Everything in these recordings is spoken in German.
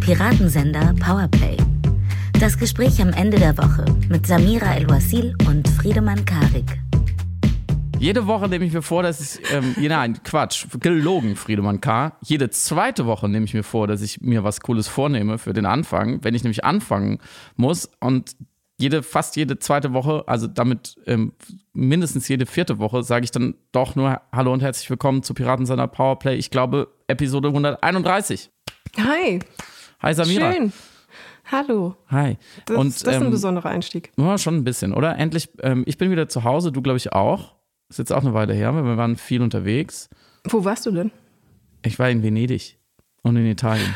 Piratensender Powerplay. Das Gespräch am Ende der Woche mit Samira El-Wasil und Friedemann Karik. Jede Woche nehme ich mir vor, dass ich, nein, Quatsch, gelogen, Friedemann K. Jede zweite Woche nehme ich mir vor, dass ich mir was Cooles vornehme für den Anfang, wenn ich nämlich anfangen muss. Und fast jede zweite Woche, also damit mindestens jede vierte Woche, sage ich dann doch nur Hallo und herzlich willkommen zu Piratensender Powerplay. Ich glaube, Episode 131. Hi. Hi Samira. Schön. Hallo. Hi. Das ist ein besonderer Einstieg. Ja, schon ein bisschen, oder? Endlich, ich bin wieder zu Hause, du glaube ich auch. Ist jetzt auch eine Weile her, weil wir waren viel unterwegs. Wo warst du denn? Ich war in Venedig und in Italien.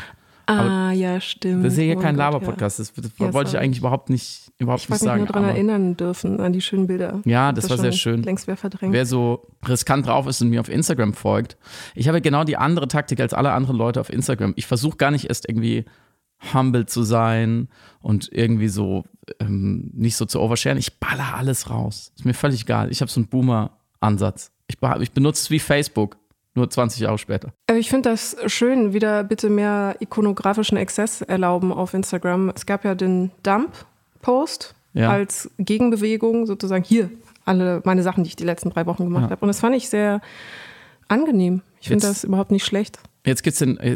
Ja, stimmt. Das ist ja hier kein Laber-Podcast. Das wollte ich eigentlich überhaupt nicht sagen. Ich wollte mich nur daran erinnern dürfen, an die schönen Bilder. Ja, das war sehr schön. Längst wer verdrängt. Wer so riskant drauf ist und mir auf Instagram folgt. Ich habe genau die andere Taktik als alle anderen Leute auf Instagram. Ich versuche gar nicht erst irgendwie humble zu sein und irgendwie so nicht so zu oversharen. Ich baller alles raus. Ist mir völlig egal. Ich habe so einen Boomer-Ansatz. Ich benutze es wie Facebook. Nur 20 Jahre später. Ich finde das schön, wieder bitte mehr ikonografischen Exzess erlauben auf Instagram. Es gab ja den Dump-Post als Gegenbewegung, sozusagen hier, alle meine Sachen, die ich die letzten 3 Wochen gemacht habe. Und das fand ich sehr angenehm. Ich finde das überhaupt nicht schlecht. Jetzt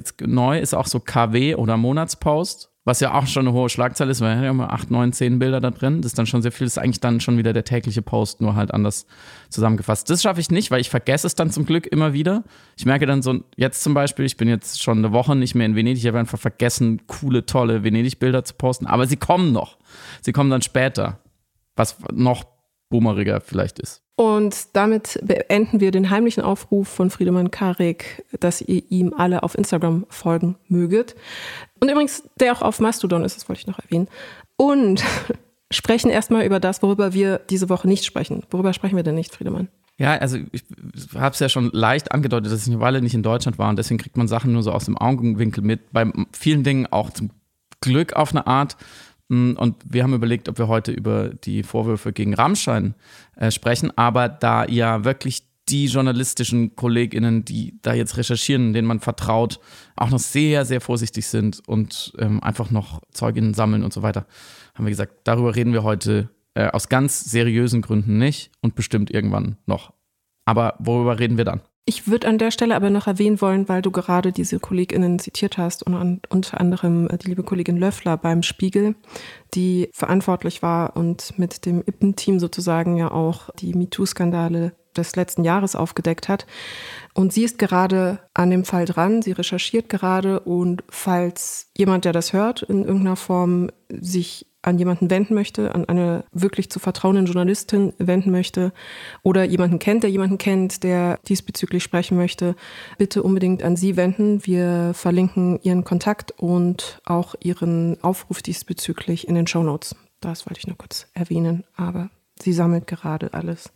neu ist auch so KW oder Monatspost, was ja auch schon eine hohe Schlagzeile ist, weil wir haben ja 8, 9, 10 Bilder da drin. Das ist dann schon sehr viel. Das ist eigentlich dann schon wieder der tägliche Post, nur halt anders zusammengefasst. Das schaffe ich nicht, weil ich vergesse es dann zum Glück immer wieder. Ich merke dann so, jetzt zum Beispiel, ich bin jetzt schon eine Woche nicht mehr in Venedig. Ich habe einfach vergessen, coole, tolle Venedig-Bilder zu posten. Aber sie kommen noch. Sie kommen dann später, was noch boomeriger vielleicht ist. Und damit beenden wir den heimlichen Aufruf von Friedemann Karik, dass ihr ihm alle auf Instagram folgen möget. Und übrigens, der auch auf Mastodon ist, das wollte ich noch erwähnen. Und sprechen erstmal über das, worüber wir diese Woche nicht sprechen. Worüber sprechen wir denn nicht, Friedemann? Ja, also ich habe es ja schon leicht angedeutet, dass ich eine Weile nicht in Deutschland war und deswegen kriegt man Sachen nur so aus dem Augenwinkel mit. Bei vielen Dingen auch zum Glück auf eine Art. Und wir haben überlegt, ob wir heute über die Vorwürfe gegen Rammstein sprechen. Aber da ja wirklich die journalistischen KollegInnen, die da jetzt recherchieren, denen man vertraut, auch noch sehr, sehr vorsichtig sind und einfach noch Zeuginnen sammeln und so weiter, haben wir gesagt, darüber reden wir heute aus ganz seriösen Gründen nicht und bestimmt irgendwann noch. Aber worüber reden wir dann? Ich würde an der Stelle aber noch erwähnen wollen, weil du gerade diese KollegInnen zitiert hast und unter anderem die liebe Kollegin Löffler beim Spiegel, die verantwortlich war und mit dem Ippen-Team sozusagen ja auch die MeToo-Skandale des letzten Jahres aufgedeckt hat. Und sie ist gerade an dem Fall dran, sie recherchiert gerade und falls jemand, der das hört, in irgendeiner Form sich an jemanden wenden möchte, an eine wirklich zu vertrauenden Journalistin wenden möchte oder jemanden kennt, der diesbezüglich sprechen möchte, bitte unbedingt an sie wenden. Wir verlinken ihren Kontakt und auch ihren Aufruf diesbezüglich in den Shownotes. Das wollte ich nur kurz erwähnen, aber sie sammelt gerade alles.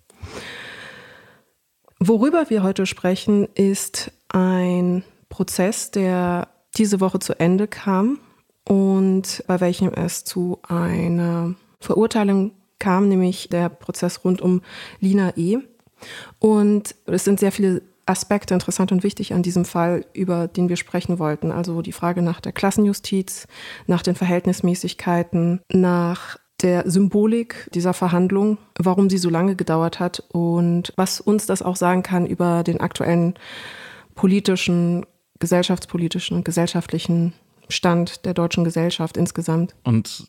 Worüber wir heute sprechen, ist ein Prozess, der diese Woche zu Ende kam und bei welchem es zu einer Verurteilung kam, nämlich der Prozess rund um Lina E. Und es sind sehr viele Aspekte interessant und wichtig an diesem Fall, über den wir sprechen wollten. Also die Frage nach der Klassenjustiz, nach den Verhältnismäßigkeiten, nach der Symbolik dieser Verhandlung, warum sie so lange gedauert hat und was uns das auch sagen kann über den aktuellen politischen, gesellschaftspolitischen und gesellschaftlichen Stand der deutschen Gesellschaft insgesamt. Und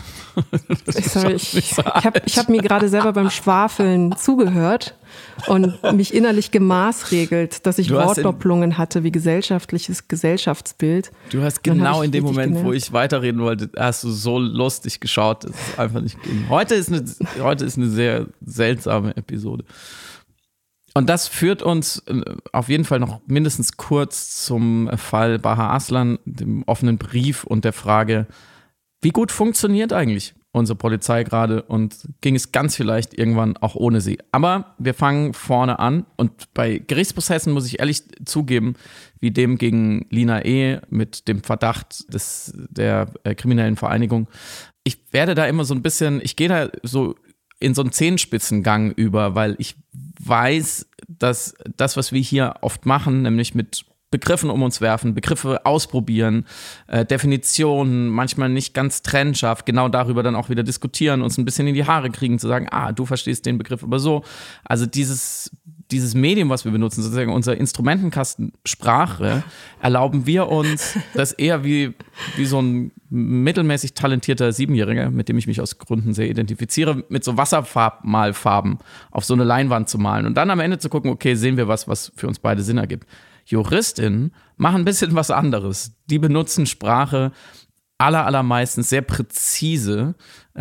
ich hab mir gerade selber beim Schwafeln zugehört und mich innerlich gemaßregelt, dass ich Wortdopplungen hatte wie gesellschaftliches Gesellschaftsbild. Du hast genau in dem Moment, wo ich weiterreden wollte, hast du so lustig geschaut, das ist einfach nicht ging. Heute ist eine sehr seltsame Episode. Und das führt uns auf jeden Fall noch mindestens kurz zum Fall Baha Aslan, dem offenen Brief und der Frage, wie gut funktioniert eigentlich unsere Polizei gerade und ging es ganz vielleicht irgendwann auch ohne sie. Aber wir fangen vorne an und bei Gerichtsprozessen muss ich ehrlich zugeben, wie dem gegen Lina E. mit dem Verdacht der kriminellen Vereinigung. Ich werde da immer so ein bisschen, ich gehe da so in so einen Zehenspitzengang über, weil ich weiß, dass das, was wir hier oft machen, nämlich mit Begriffen um uns werfen, Begriffe ausprobieren, Definitionen, manchmal nicht ganz trennscharf, genau darüber dann auch wieder diskutieren, uns ein bisschen in die Haare kriegen, zu sagen, du verstehst den Begriff aber so. Also dieses Medium, was wir benutzen, sozusagen unser Instrumentenkasten Sprache, erlauben wir uns, das eher wie so ein mittelmäßig talentierter 7-Jähriger, mit dem ich mich aus Gründen sehr identifiziere, mit so Wassermalfarben auf so eine Leinwand zu malen und dann am Ende zu gucken, okay, sehen wir was für uns beide Sinn ergibt. Juristinnen machen ein bisschen was anderes. Die benutzen Sprache allermeistens sehr präzise,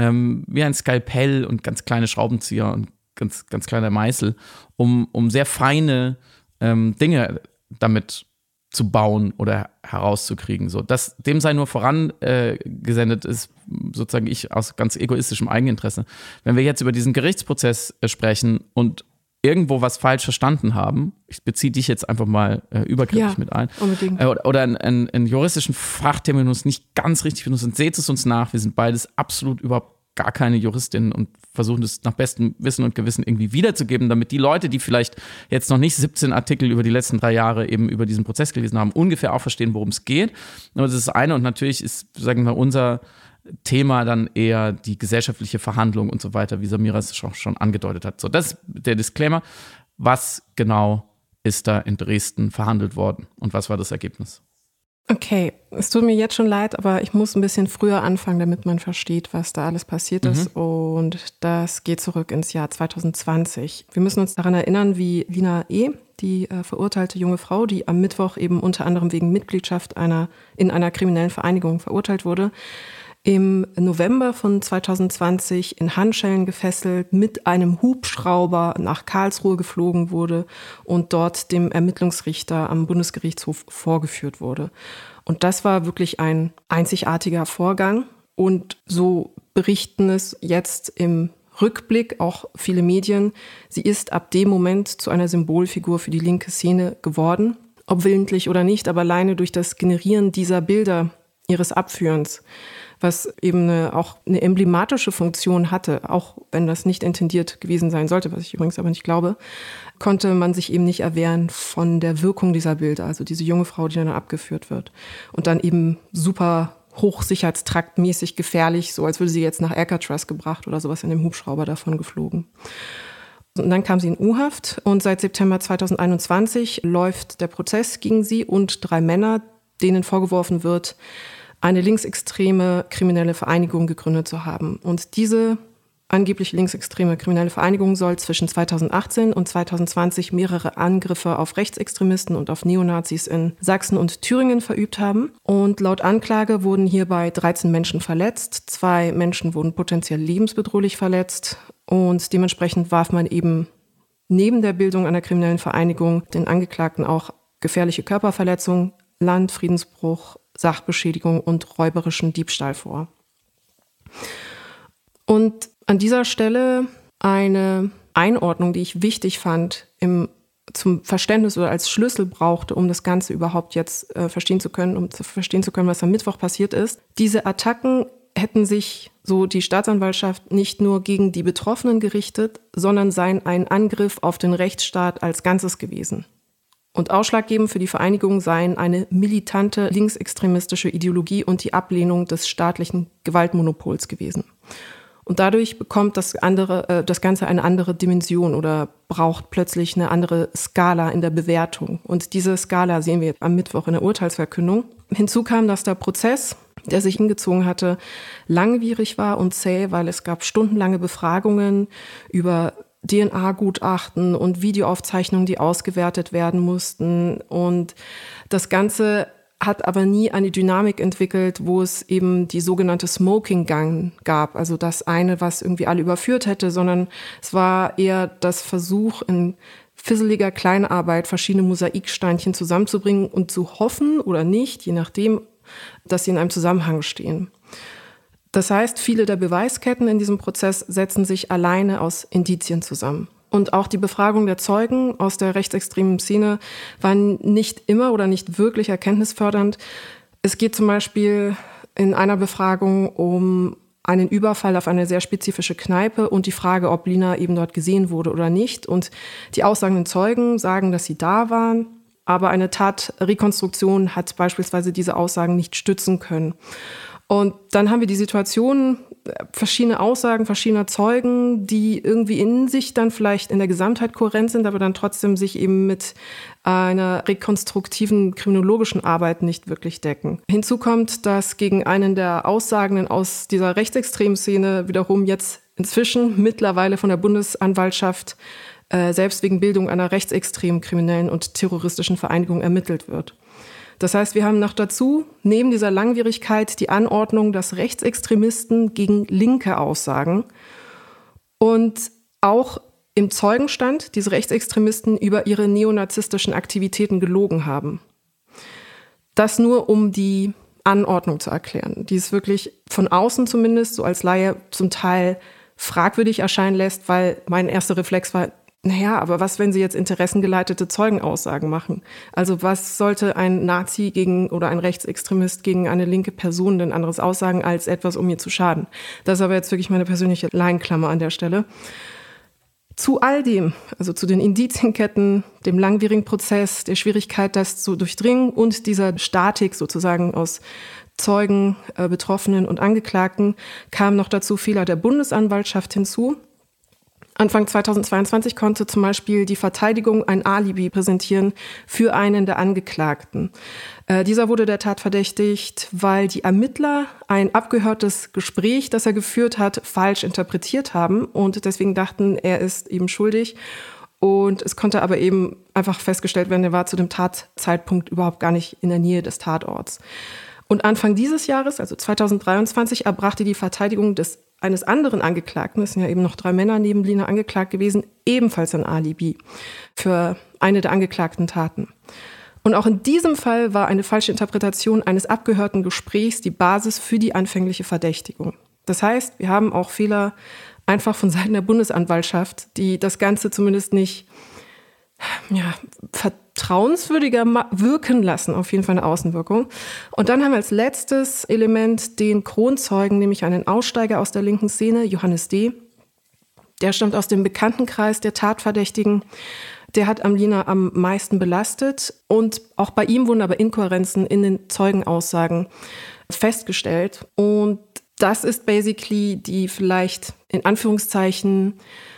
wie ein Skalpell und ganz kleine Schraubenzieher und ganz kleiner Meißel, um sehr feine Dinge damit zu bauen oder herauszukriegen. So, dem sei nur vorangesendet ist, sozusagen ich aus ganz egoistischem Eigeninteresse. Wenn wir jetzt über diesen Gerichtsprozess sprechen und irgendwo was falsch verstanden haben, ich beziehe dich jetzt einfach mal übergriffig mit ein, unbedingt. Oder einen juristischen Fachterminus nicht ganz richtig benutzen, seht es uns nach, wir sind beides absolut überhaupt gar keine Juristinnen und versuchen es nach bestem Wissen und Gewissen irgendwie wiederzugeben, damit die Leute, die vielleicht jetzt noch nicht 17 Artikel über die letzten 3 Jahre eben über diesen Prozess gelesen haben, ungefähr auch verstehen, worum es geht. Aber das ist das eine und natürlich ist, sagen wir, unser Thema dann eher die gesellschaftliche Verhandlung und so weiter, wie Samira es schon angedeutet hat. So, das ist der Disclaimer. Was genau ist da in Dresden verhandelt worden und was war das Ergebnis? Okay, es tut mir jetzt schon leid, aber ich muss ein bisschen früher anfangen, damit man versteht, was da alles passiert ist. Und das geht zurück ins Jahr 2020. Wir müssen uns daran erinnern, wie Lina E., die verurteilte junge Frau, die am Mittwoch eben unter anderem wegen Mitgliedschaft in einer kriminellen Vereinigung verurteilt wurde, im November von 2020 in Handschellen gefesselt, mit einem Hubschrauber nach Karlsruhe geflogen wurde und dort dem Ermittlungsrichter am Bundesgerichtshof vorgeführt wurde. Und das war wirklich ein einzigartiger Vorgang. Und so berichten es jetzt im Rückblick auch viele Medien. Sie ist ab dem Moment zu einer Symbolfigur für die linke Szene geworden. Ob willentlich oder nicht, aber alleine durch das Generieren dieser Bilder ihres Abführens, was eben auch eine emblematische Funktion hatte, auch wenn das nicht intendiert gewesen sein sollte, was ich übrigens aber nicht glaube, konnte man sich eben nicht erwehren von der Wirkung dieser Bilder. Also diese junge Frau, die dann abgeführt wird und dann eben super hochsicherheitstraktmäßig gefährlich, so als würde sie jetzt nach Alcatraz gebracht oder sowas in dem Hubschrauber davon geflogen. Und dann kam sie in U-Haft und seit September 2021 läuft der Prozess gegen sie und 3 Männer, denen vorgeworfen wird, eine linksextreme kriminelle Vereinigung gegründet zu haben. Und diese angeblich linksextreme kriminelle Vereinigung soll zwischen 2018 und 2020 mehrere Angriffe auf Rechtsextremisten und auf Neonazis in Sachsen und Thüringen verübt haben. Und laut Anklage wurden hierbei 13 Menschen verletzt, 2 Menschen wurden potenziell lebensbedrohlich verletzt und dementsprechend warf man eben neben der Bildung einer kriminellen Vereinigung den Angeklagten auch gefährliche Körperverletzung, Landfriedensbruch, Sachbeschädigung und räuberischen Diebstahl vor. Und an dieser Stelle eine Einordnung, die ich wichtig fand, zum Verständnis oder als Schlüssel brauchte, um das Ganze überhaupt jetzt verstehen zu können, was am Mittwoch passiert ist. Diese Attacken hätten sich, so die Staatsanwaltschaft, nicht nur gegen die Betroffenen gerichtet, sondern seien ein Angriff auf den Rechtsstaat als Ganzes gewesen. Und ausschlaggebend für die Vereinigung seien eine militante linksextremistische Ideologie und die Ablehnung des staatlichen Gewaltmonopols gewesen. Und dadurch bekommt das Ganze eine andere Dimension oder braucht plötzlich eine andere Skala in der Bewertung. Und diese Skala sehen wir am Mittwoch in der Urteilsverkündung. Hinzu kam, dass der Prozess, der sich hingezogen hatte, langwierig war und zäh, weil es gab stundenlange Befragungen über DNA-Gutachten und Videoaufzeichnungen, die ausgewertet werden mussten. Und das Ganze hat aber nie eine Dynamik entwickelt, wo es eben die sogenannte Smoking Gun gab. Also das eine, was irgendwie alle überführt hätte, sondern es war eher das Versuch, in fisseliger Kleinarbeit verschiedene Mosaiksteinchen zusammenzubringen und zu hoffen oder nicht, je nachdem, dass sie in einem Zusammenhang stehen. Das heißt, viele der Beweisketten in diesem Prozess setzen sich alleine aus Indizien zusammen. Und auch die Befragung der Zeugen aus der rechtsextremen Szene waren nicht immer oder nicht wirklich erkenntnisfördernd. Es geht zum Beispiel in einer Befragung um einen Überfall auf eine sehr spezifische Kneipe und die Frage, ob Lina eben dort gesehen wurde oder nicht. Und die aussagenden Zeugen sagen, dass sie da waren, aber eine Tatrekonstruktion hat beispielsweise diese Aussagen nicht stützen können. Und dann haben wir die Situation, verschiedene Aussagen verschiedener Zeugen, die irgendwie in sich dann vielleicht in der Gesamtheit kohärent sind, aber dann trotzdem sich eben mit einer rekonstruktiven kriminologischen Arbeit nicht wirklich decken. Hinzu kommt, dass gegen einen der Aussagenden aus dieser rechtsextremen Szene wiederum jetzt inzwischen mittlerweile von der Bundesanwaltschaft selbst wegen Bildung einer rechtsextremen kriminellen und terroristischen Vereinigung ermittelt wird. Das heißt, wir haben noch dazu, neben dieser Langwierigkeit, die Anordnung, dass Rechtsextremisten gegen Linke aussagen und auch im Zeugenstand diese Rechtsextremisten über ihre neonazistischen Aktivitäten gelogen haben. Das nur, um die Anordnung zu erklären, die es wirklich von außen zumindest, so als Laie, zum Teil fragwürdig erscheinen lässt, weil mein erster Reflex war, naja, aber was, wenn sie jetzt interessengeleitete Zeugenaussagen machen? Also was sollte ein Nazi gegen oder ein Rechtsextremist gegen eine linke Person denn anderes aussagen als etwas, um ihr zu schaden? Das ist aber jetzt wirklich meine persönliche Lainklammer an der Stelle. Zu all dem, also zu den Indizienketten, dem langwierigen Prozess, der Schwierigkeit, das zu durchdringen und dieser Statik sozusagen aus Zeugen, Betroffenen und Angeklagten, kamen noch dazu Fehler der Bundesanwaltschaft hinzu. Anfang 2022 konnte zum Beispiel die Verteidigung ein Alibi präsentieren für einen der Angeklagten. Dieser wurde der Tat verdächtigt, weil die Ermittler ein abgehörtes Gespräch, das er geführt hat, falsch interpretiert haben und deswegen dachten, er ist eben schuldig. Und es konnte aber eben einfach festgestellt werden, er war zu dem Tatzeitpunkt überhaupt gar nicht in der Nähe des Tatorts. Und Anfang dieses Jahres, also 2023, erbrachte die Verteidigung eines anderen Angeklagten, es sind ja eben noch 3 Männer neben Lina angeklagt gewesen, ebenfalls ein Alibi für eine der angeklagten Taten. Und auch in diesem Fall war eine falsche Interpretation eines abgehörten Gesprächs die Basis für die anfängliche Verdächtigung. Das heißt, wir haben auch Fehler einfach von Seiten der Bundesanwaltschaft, die das Ganze zumindest nicht vertrauenswürdiger wirken lassen, auf jeden Fall eine Außenwirkung. Und dann haben wir als letztes Element den Kronzeugen, nämlich einen Aussteiger aus der linken Szene, Johannes D. Der stammt aus dem Bekanntenkreis der Tatverdächtigen. Der hat Lina am meisten belastet und auch bei ihm wurden aber Inkohärenzen in den Zeugenaussagen festgestellt. Und das ist basically die vielleicht in Anführungszeichen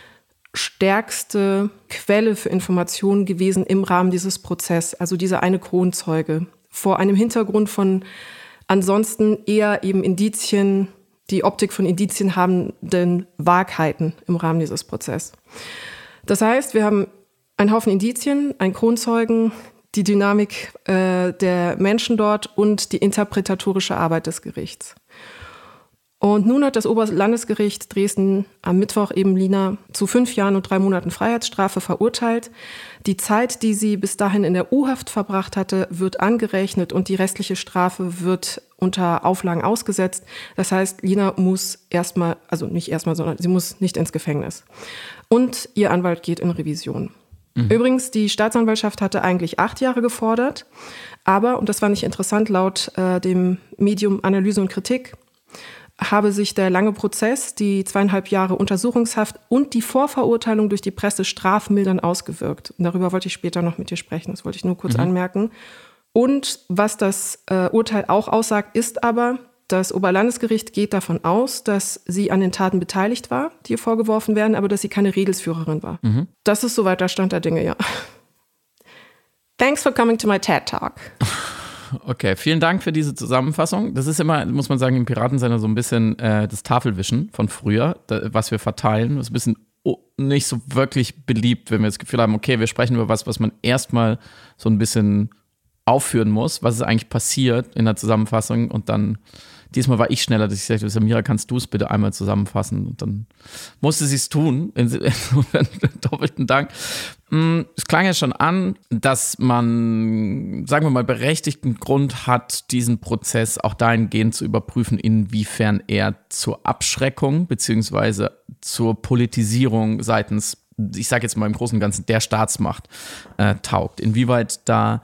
stärkste Quelle für Informationen gewesen im Rahmen dieses Prozesses, also dieser eine Kronzeuge. Vor einem Hintergrund von ansonsten eher eben Indizien, die Optik von Indizien habenden Wahrheiten im Rahmen dieses Prozesses. Das heißt, wir haben einen Haufen Indizien, einen Kronzeugen, die Dynamik der Menschen dort und die interpretatorische Arbeit des Gerichts. Und nun hat das Oberlandesgericht Dresden am Mittwoch eben Lina zu 5 Jahren und 3 Monaten Freiheitsstrafe verurteilt. Die Zeit, die sie bis dahin in der U-Haft verbracht hatte, wird angerechnet und die restliche Strafe wird unter Auflagen ausgesetzt. Das heißt, Lina muss sondern sie muss nicht ins Gefängnis. Und ihr Anwalt geht in Revision. Übrigens, die Staatsanwaltschaft hatte eigentlich 8 Jahre gefordert, aber, und das fand ich interessant, laut dem Medium Analyse und Kritik, habe sich der lange Prozess, die 2,5 Jahre Untersuchungshaft und die Vorverurteilung durch die Presse strafmildernd ausgewirkt. Und darüber wollte ich später noch mit dir sprechen, das wollte ich nur kurz anmerken. Und was das Urteil auch aussagt, ist aber, das Oberlandesgericht geht davon aus, dass sie an den Taten beteiligt war, die ihr vorgeworfen werden, aber dass sie keine Redelsführerin war. Das ist soweit der Stand der Dinge, ja. Thanks for coming to my TED Talk. Okay, vielen Dank für diese Zusammenfassung. Das ist immer, muss man sagen, im Piratensender so ein bisschen das Tafelwischen von früher, was wir verteilen. Das ist ein bisschen nicht so wirklich beliebt, wenn wir das Gefühl haben, okay, wir sprechen über was man erstmal so ein bisschen aufführen muss, was ist eigentlich passiert in der Zusammenfassung und dann, diesmal war ich schneller, dass ich sagte, Samira, kannst du es bitte einmal zusammenfassen und dann musste sie es tun, doppelten Dank. Es klang ja schon an, dass man, sagen wir mal, berechtigten Grund hat, diesen Prozess auch dahingehend zu überprüfen, inwiefern er zur Abschreckung beziehungsweise zur Politisierung seitens, ich sage jetzt mal im Großen und Ganzen, der Staatsmacht taugt. Inwieweit da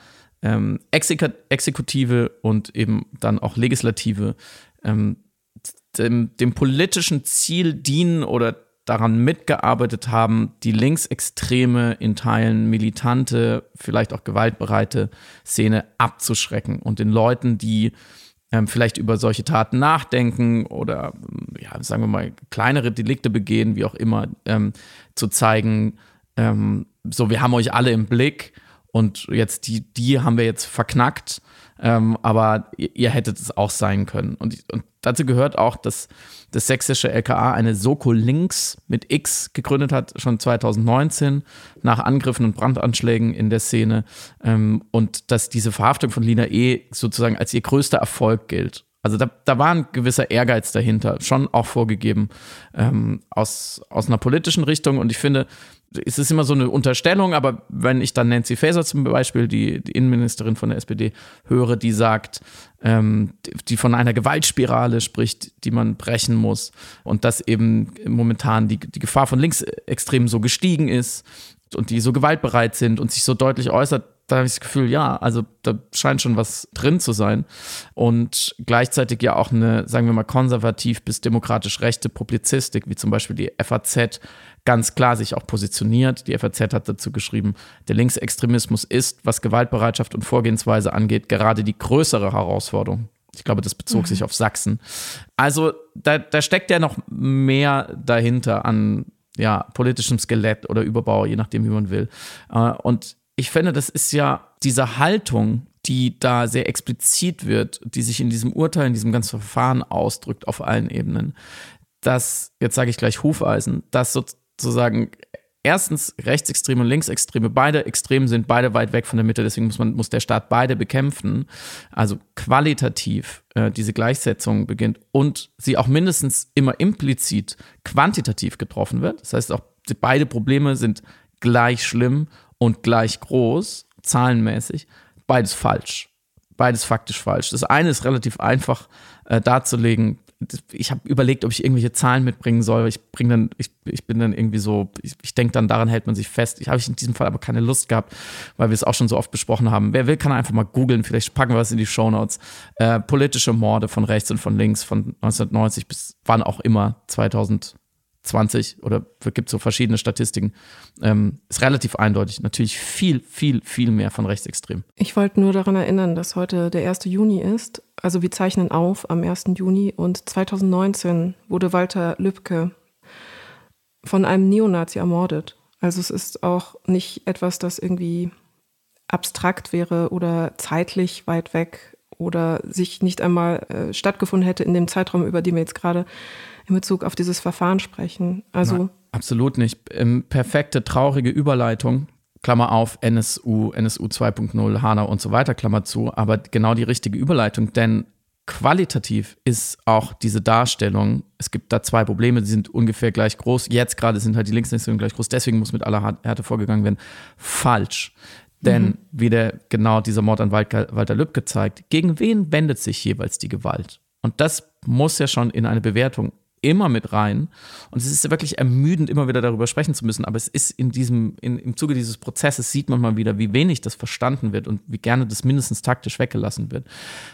Exekutive und eben dann auch Legislative dem politischen Ziel dienen oder daran mitgearbeitet haben, die linksextreme, in Teilen militante, vielleicht auch gewaltbereite Szene abzuschrecken und den Leuten, die vielleicht über solche Taten nachdenken oder, ja, sagen wir mal, kleinere Delikte begehen, wie auch immer, zu zeigen, so, wir haben euch alle im Blick und jetzt die haben wir jetzt verknackt, aber ihr hättet es auch sein können. Und dazu gehört auch, dass das sächsische LKA eine Soko Links mit X gegründet hat, schon 2019, nach Angriffen und Brandanschlägen in der Szene. Und dass diese Verhaftung von Lina E. sozusagen als ihr größter Erfolg gilt. Also da war ein gewisser Ehrgeiz dahinter, schon auch vorgegeben aus einer politischen Richtung. Und ich finde, es ist immer so eine Unterstellung, aber wenn ich dann Nancy Faeser zum Beispiel, die Innenministerin von der SPD, höre, die sagt, die von einer Gewaltspirale spricht, die man brechen muss und dass eben momentan die Gefahr von Linksextremen so gestiegen ist und die so gewaltbereit sind und sich so deutlich äußert, da habe ich das Gefühl, ja, also da scheint schon was drin zu sein. Und gleichzeitig ja auch eine, sagen wir mal, konservativ bis demokratisch rechte Publizistik, wie zum Beispiel die FAZ, ganz klar sich auch positioniert. Die FAZ hat dazu geschrieben, der Linksextremismus ist, was Gewaltbereitschaft und Vorgehensweise angeht, gerade die größere Herausforderung. Ich glaube, das bezog sich auf Sachsen. Also da steckt ja noch mehr dahinter an politischem Skelett oder Überbau, je nachdem, wie man will. Und ich finde, das ist ja diese Haltung, die da sehr explizit wird, die sich in diesem Urteil, in diesem ganzen Verfahren ausdrückt auf allen Ebenen, dass, jetzt sage ich gleich Hufeisen, dass sozusagen erstens Rechtsextreme und Linksextreme, beide extrem sind, beide weit weg von der Mitte, deswegen muss der Staat beide bekämpfen, also qualitativ diese Gleichsetzung beginnt und sie auch mindestens immer implizit quantitativ getroffen wird. Das heißt auch, beide Probleme sind gleich schlimm und gleich groß, zahlenmäßig, beides falsch. Beides faktisch falsch. Das eine ist relativ einfach darzulegen. Ich habe überlegt, ob ich irgendwelche Zahlen mitbringen soll. Ich bin dann irgendwie so, ich denke dann, daran hält man sich fest. Habe ich in diesem Fall aber keine Lust gehabt, weil wir es auch schon so oft besprochen haben. Wer will, kann einfach mal googeln. Vielleicht packen wir es in die Shownotes. Politische Morde von rechts und von links von 1990 bis wann auch immer, 2020 oder gibt es so verschiedene Statistiken, ist relativ eindeutig. Natürlich viel, viel, viel mehr von Rechtsextremen. Ich wollte nur daran erinnern, dass heute der 1. Juni ist. Also wir zeichnen auf am 1. Juni und 2019 wurde Walter Lübcke von einem Neonazi ermordet. Also es ist auch nicht etwas, das irgendwie abstrakt wäre oder zeitlich weit weg oder sich nicht einmal stattgefunden hätte in dem Zeitraum, über den wir jetzt gerade in Bezug auf dieses Verfahren sprechen. Also nein, absolut nicht. Perfekte, traurige Überleitung, Klammer auf, NSU 2.0, Hanau und so weiter, Klammer zu, aber genau die richtige Überleitung, denn qualitativ ist auch diese Darstellung, es gibt da zwei Probleme, die sind ungefähr gleich groß, jetzt gerade sind halt die Linksextremen gleich groß, deswegen muss mit aller Härte vorgegangen werden, falsch. Denn wie genau dieser Mord an Walter Lübcke zeigt, gegen wen wendet sich jeweils die Gewalt? Und das muss ja schon in eine Bewertung immer mit rein. Und es ist ja wirklich ermüdend, immer wieder darüber sprechen zu müssen. Aber es ist im Zuge dieses Prozesses sieht man mal wieder, wie wenig das verstanden wird und wie gerne das mindestens taktisch weggelassen wird.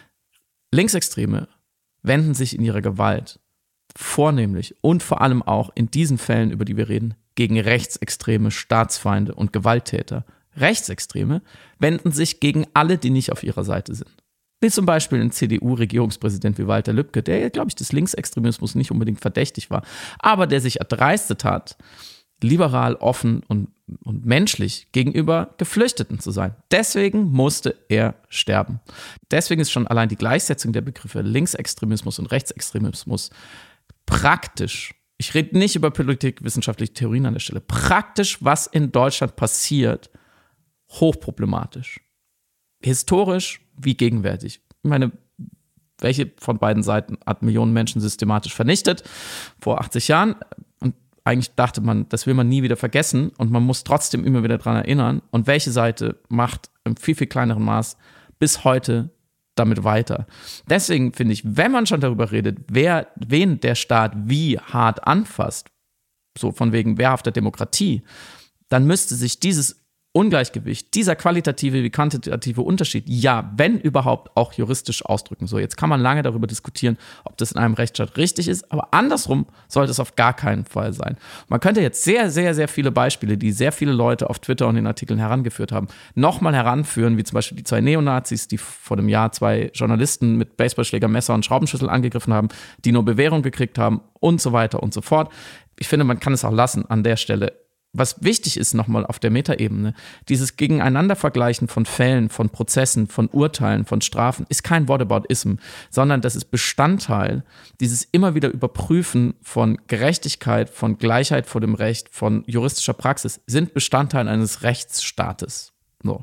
Linksextreme wenden sich in ihrer Gewalt vornehmlich und vor allem auch in diesen Fällen, über die wir reden, gegen rechtsextreme Staatsfeinde und Gewalttäter. Rechtsextreme wenden sich gegen alle, die nicht auf ihrer Seite sind. Wie zum Beispiel ein CDU-Regierungspräsident wie Walter Lübcke, der, glaube ich, des Linksextremismus nicht unbedingt verdächtig war, aber der sich erdreistet hat, liberal, offen und menschlich gegenüber Geflüchteten zu sein. Deswegen musste er sterben. Deswegen ist schon allein die Gleichsetzung der Begriffe Linksextremismus und Rechtsextremismus praktisch, ich rede nicht über politikwissenschaftliche Theorien an der Stelle, praktisch, was in Deutschland passiert, hochproblematisch. Historisch wie gegenwärtig. Ich meine, welche von beiden Seiten hat Millionen Menschen systematisch vernichtet? Vor 80 Jahren. Und eigentlich dachte man, das will man nie wieder vergessen. Und man muss trotzdem immer wieder daran erinnern. Und welche Seite macht im viel, viel kleineren Maß bis heute damit weiter? Deswegen finde ich, wenn man schon darüber redet, wen der Staat wie hart anfasst, so von wegen wehrhafter Demokratie, dann müsste sich dieses Ungleichgewicht, dieser qualitative wie quantitative Unterschied, ja, wenn überhaupt auch juristisch ausdrücken. So, jetzt kann man lange darüber diskutieren, ob das in einem Rechtsstaat richtig ist, aber andersrum sollte es auf gar keinen Fall sein. Man könnte jetzt sehr, sehr, sehr viele Beispiele, die sehr viele Leute auf Twitter und in Artikeln herangeführt haben, nochmal heranführen, wie zum Beispiel die 2 Neonazis, die vor einem Jahr 2 Journalisten mit Baseballschläger, Messer und Schraubenschlüssel angegriffen haben, die nur Bewährung gekriegt haben und so weiter und so fort. Ich finde, man kann es auch lassen an der Stelle. Was wichtig ist nochmal auf der Metaebene, dieses Gegeneinandervergleichen von Fällen, von Prozessen, von Urteilen, von Strafen, ist kein Whataboutism, sondern das ist Bestandteil dieses immer wieder Überprüfen von Gerechtigkeit, von Gleichheit vor dem Recht, von juristischer Praxis, sind Bestandteil eines Rechtsstaates. So.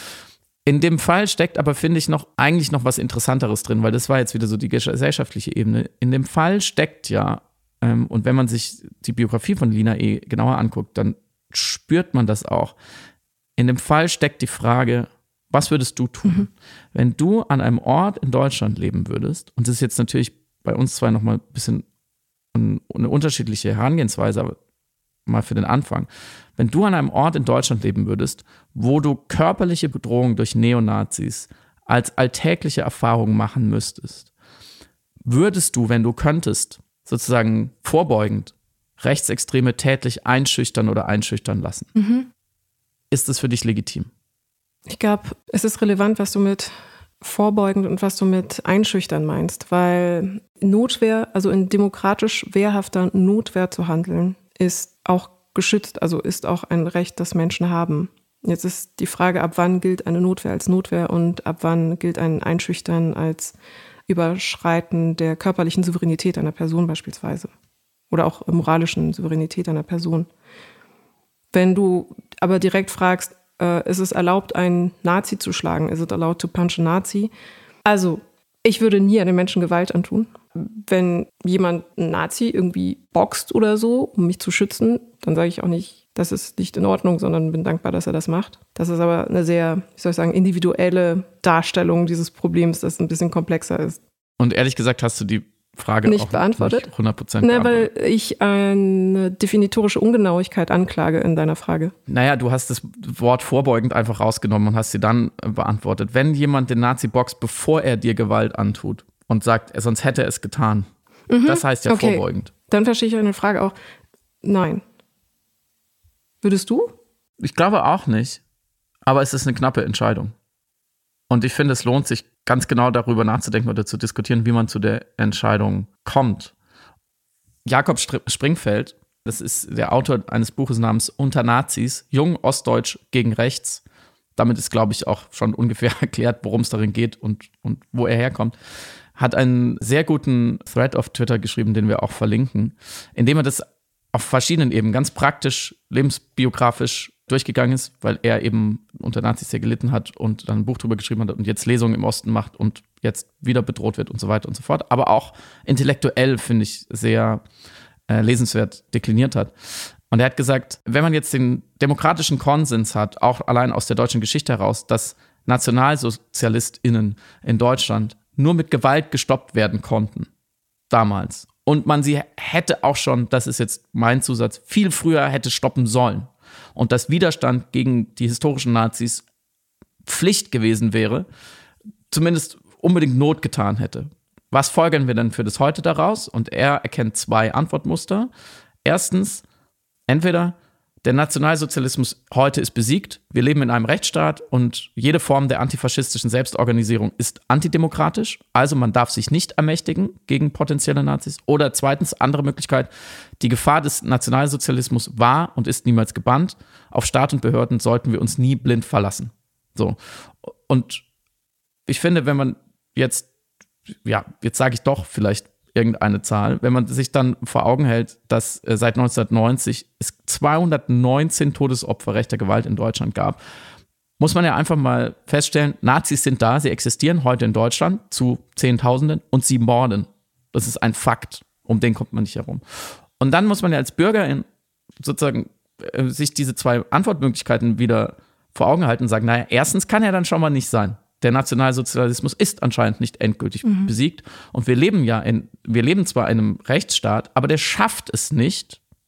In dem Fall steckt aber, finde ich, eigentlich noch was Interessanteres drin, weil das war jetzt wieder so die gesellschaftliche Ebene. In dem Fall steckt ja, und wenn man sich die Biografie von Lina E. genauer anguckt, dann spürt man das auch. In dem Fall steckt die Frage, was würdest du tun, wenn du an einem Ort in Deutschland leben würdest? Und das ist jetzt natürlich bei uns zwei nochmal ein bisschen eine unterschiedliche Herangehensweise, aber mal für den Anfang. Wenn du an einem Ort in Deutschland leben würdest, wo du körperliche Bedrohung durch Neonazis als alltägliche Erfahrung machen müsstest, würdest du, wenn du könntest, sozusagen vorbeugend Rechtsextreme tätlich einschüchtern oder einschüchtern lassen? Ist das für dich legitim? Ich glaube, es ist relevant, was du mit vorbeugend und was du mit einschüchtern meinst, weil Notwehr, also in demokratisch wehrhafter Notwehr zu handeln, ist auch geschützt, also ist auch ein Recht, das Menschen haben. Jetzt ist die Frage, ab wann gilt eine Notwehr als Notwehr und ab wann gilt ein Einschüchtern als Überschreiten der körperlichen Souveränität einer Person beispielsweise oder auch moralischen Souveränität einer Person. Wenn du aber direkt fragst, ist es erlaubt, einen Nazi zu schlagen? Is it allowed to punch a Nazi? Also, ich würde nie einem Menschen Gewalt antun. Wenn jemand einen Nazi irgendwie boxt oder so, um mich zu schützen, dann sage ich auch nicht, das ist nicht in Ordnung, sondern bin dankbar, dass er das macht. Das ist aber eine sehr, wie soll ich sagen, individuelle Darstellung dieses Problems, das ein bisschen komplexer ist. Und ehrlich gesagt hast du die Frage nicht auch beantwortet? Nicht 100% beantwortet. Weil ich eine definitorische Ungenauigkeit anklage in deiner Frage. Naja, du hast das Wort vorbeugend einfach rausgenommen und hast sie dann beantwortet. Wenn jemand den Nazi boxt, bevor er dir Gewalt antut und sagt, sonst hätte er es getan, das heißt ja vorbeugend. Dann verstehe ich eine Frage auch. Nein. Würdest du? Ich glaube auch nicht, aber es ist eine knappe Entscheidung. Und ich finde, es lohnt sich ganz genau darüber nachzudenken oder zu diskutieren, wie man zu der Entscheidung kommt. Jakob Springfeld, das ist der Autor eines Buches namens Unter Nazis, Jung, Ostdeutsch gegen Rechts. Damit ist, glaube ich, auch schon ungefähr erklärt, worum es darin geht und wo er herkommt. Hat einen sehr guten Thread auf Twitter geschrieben, den wir auch verlinken, indem er das auf verschiedenen Ebenen ganz praktisch, lebensbiografisch durchgegangen ist, weil er eben unter Nazis sehr gelitten hat und dann ein Buch drüber geschrieben hat und jetzt Lesungen im Osten macht und jetzt wieder bedroht wird und so weiter und so fort. Aber auch intellektuell, finde ich, sehr lesenswert dekliniert hat. Und er hat gesagt, wenn man jetzt den demokratischen Konsens hat, auch allein aus der deutschen Geschichte heraus, dass NationalsozialistInnen in Deutschland nur mit Gewalt gestoppt werden konnten, damals. Und man sie hätte auch schon, das ist jetzt mein Zusatz, viel früher hätte stoppen sollen. Und dass Widerstand gegen die historischen Nazis Pflicht gewesen wäre, zumindest unbedingt Not getan hätte. Was folgern wir denn für das Heute daraus? Und er erkennt 2 Antwortmuster. Erstens, entweder der Nationalsozialismus heute ist besiegt, wir leben in einem Rechtsstaat und jede Form der antifaschistischen Selbstorganisierung ist antidemokratisch, also man darf sich nicht ermächtigen gegen potenzielle Nazis. Oder zweitens, andere Möglichkeit, die Gefahr des Nationalsozialismus war und ist niemals gebannt. Auf Staat und Behörden sollten wir uns nie blind verlassen. So. Und ich finde, wenn man jetzt sage ich doch vielleicht irgendeine Zahl, wenn man sich dann vor Augen hält, dass seit 1990 es 219 Todesopfer rechter Gewalt in Deutschland gab, muss man ja einfach mal feststellen, Nazis sind da, sie existieren heute in Deutschland zu Zehntausenden und sie morden. Das ist ein Fakt, um den kommt man nicht herum. Und dann muss man ja als Bürgerin sozusagen sich diese 2 Antwortmöglichkeiten wieder vor Augen halten und sagen, naja, erstens kann er dann schon mal nicht sein. Der Nationalsozialismus ist anscheinend nicht endgültig besiegt. Und wir leben zwar in einem Rechtsstaat, aber der schafft es nicht,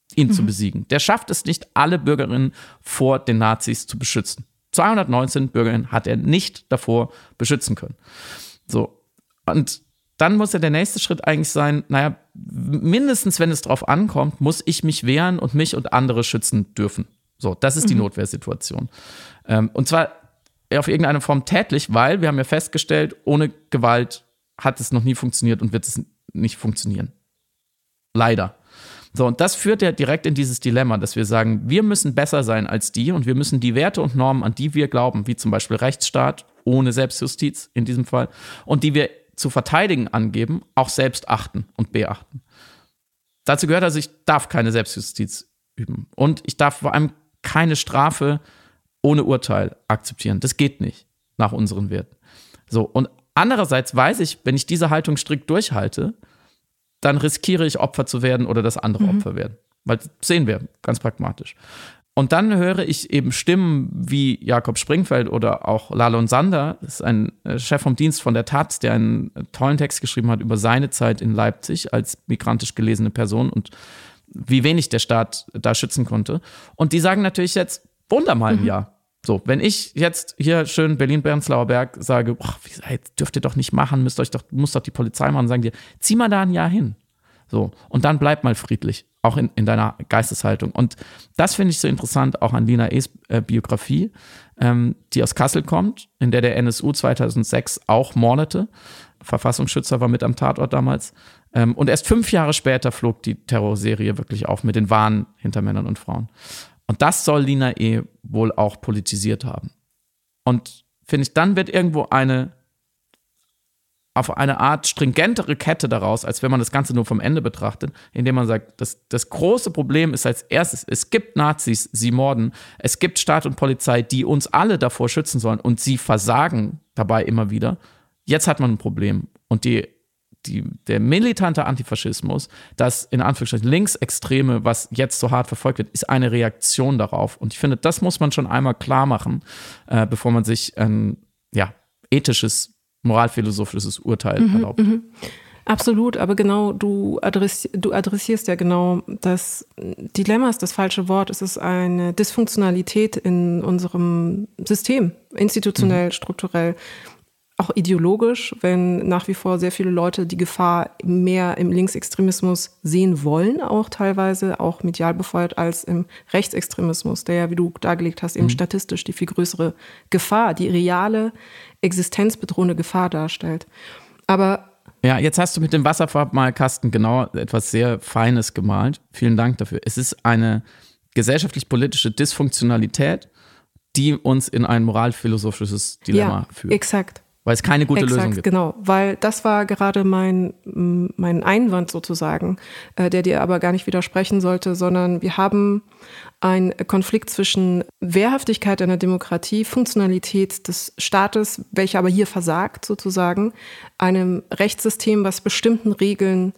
ihn zu besiegen. Der schafft es nicht, alle Bürgerinnen vor den Nazis zu beschützen. 219 Bürgerinnen hat er nicht davor beschützen können. So. Und dann muss ja der nächste Schritt eigentlich sein, naja, mindestens wenn es drauf ankommt, muss ich mich wehren und mich und andere schützen dürfen. So, das ist die Notwehrsituation. Und zwar auf irgendeine Form tätlich, weil wir haben ja festgestellt, ohne Gewalt hat es noch nie funktioniert und wird es nicht funktionieren. Leider. So, und das führt ja direkt in dieses Dilemma, dass wir sagen, wir müssen besser sein als die und wir müssen die Werte und Normen, an die wir glauben, wie zum Beispiel Rechtsstaat, ohne Selbstjustiz in diesem Fall, und die wir zu verteidigen angeben, auch selbst achten und beachten. Dazu gehört also, ich darf keine Selbstjustiz üben und ich darf vor allem keine Strafe ohne Urteil akzeptieren. Das geht nicht nach unseren Werten. So, und andererseits weiß ich, wenn ich diese Haltung strikt durchhalte, dann riskiere ich, Opfer zu werden oder dass andere Opfer werden. Weil das sehen wir ganz pragmatisch. Und dann höre ich eben Stimmen wie Jakob Springfeld oder auch Lalon Sander, das ist ein Chef vom Dienst von der Taz, der einen tollen Text geschrieben hat über seine Zeit in Leipzig als migrantisch gelesene Person und wie wenig der Staat da schützen konnte. Und die sagen natürlich jetzt, wunder mal ein Jahr. So, wenn ich jetzt hier schön Berlin-Prenzlauer Berg sage, dürft ihr doch nicht machen, muss doch die Polizei machen, sagen die, zieh mal da ein Jahr hin. So, und dann bleib mal friedlich, auch in deiner Geisteshaltung. Und das finde ich so interessant, auch an Lina E.'s Biografie, die aus Kassel kommt, in der NSU 2006 auch mordete. Verfassungsschützer war mit am Tatort damals. Und erst 5 Jahre später flog die Terrorserie wirklich auf mit den wahren Hintermännern und Frauen. Und das soll Lina E. wohl auch politisiert haben. Und finde ich, dann wird irgendwo auf eine Art stringentere Kette daraus, als wenn man das Ganze nur vom Ende betrachtet, indem man sagt, das große Problem ist als erstes, es gibt Nazis, sie morden, es gibt Staat und Polizei, die uns alle davor schützen sollen und sie versagen dabei immer wieder. Jetzt hat man ein Problem. Und der militante Antifaschismus, das in Anführungsstrichen Linksextreme, was jetzt so hart verfolgt wird, ist eine Reaktion darauf. Und ich finde, das muss man schon einmal klar machen, bevor man sich ein ethisches, moralphilosophisches Urteil erlaubt. Absolut, aber genau, du adressierst ja genau das Dilemma, ist das falsche Wort. Es ist eine Dysfunktionalität in unserem System, institutionell, strukturell, auch ideologisch, wenn nach wie vor sehr viele Leute die Gefahr mehr im Linksextremismus sehen wollen, auch teilweise, auch medial befeuert, als im Rechtsextremismus, der ja, wie du dargelegt hast, eben statistisch die viel größere Gefahr, die reale, existenzbedrohende Gefahr darstellt. Aber ja, jetzt hast du mit dem Wasserfarbmalkasten genau etwas sehr Feines gemalt. Vielen Dank dafür. Es ist eine gesellschaftlich-politische Dysfunktionalität, die uns in ein moralphilosophisches Dilemma führt. Exakt. Weil es keine gute Lösung gibt. Genau, weil das war gerade mein Einwand sozusagen, der dir aber gar nicht widersprechen sollte, sondern wir haben einen Konflikt zwischen Wehrhaftigkeit einer Demokratie, Funktionalität des Staates, welcher aber hier versagt sozusagen, einem Rechtssystem, was bestimmten Regeln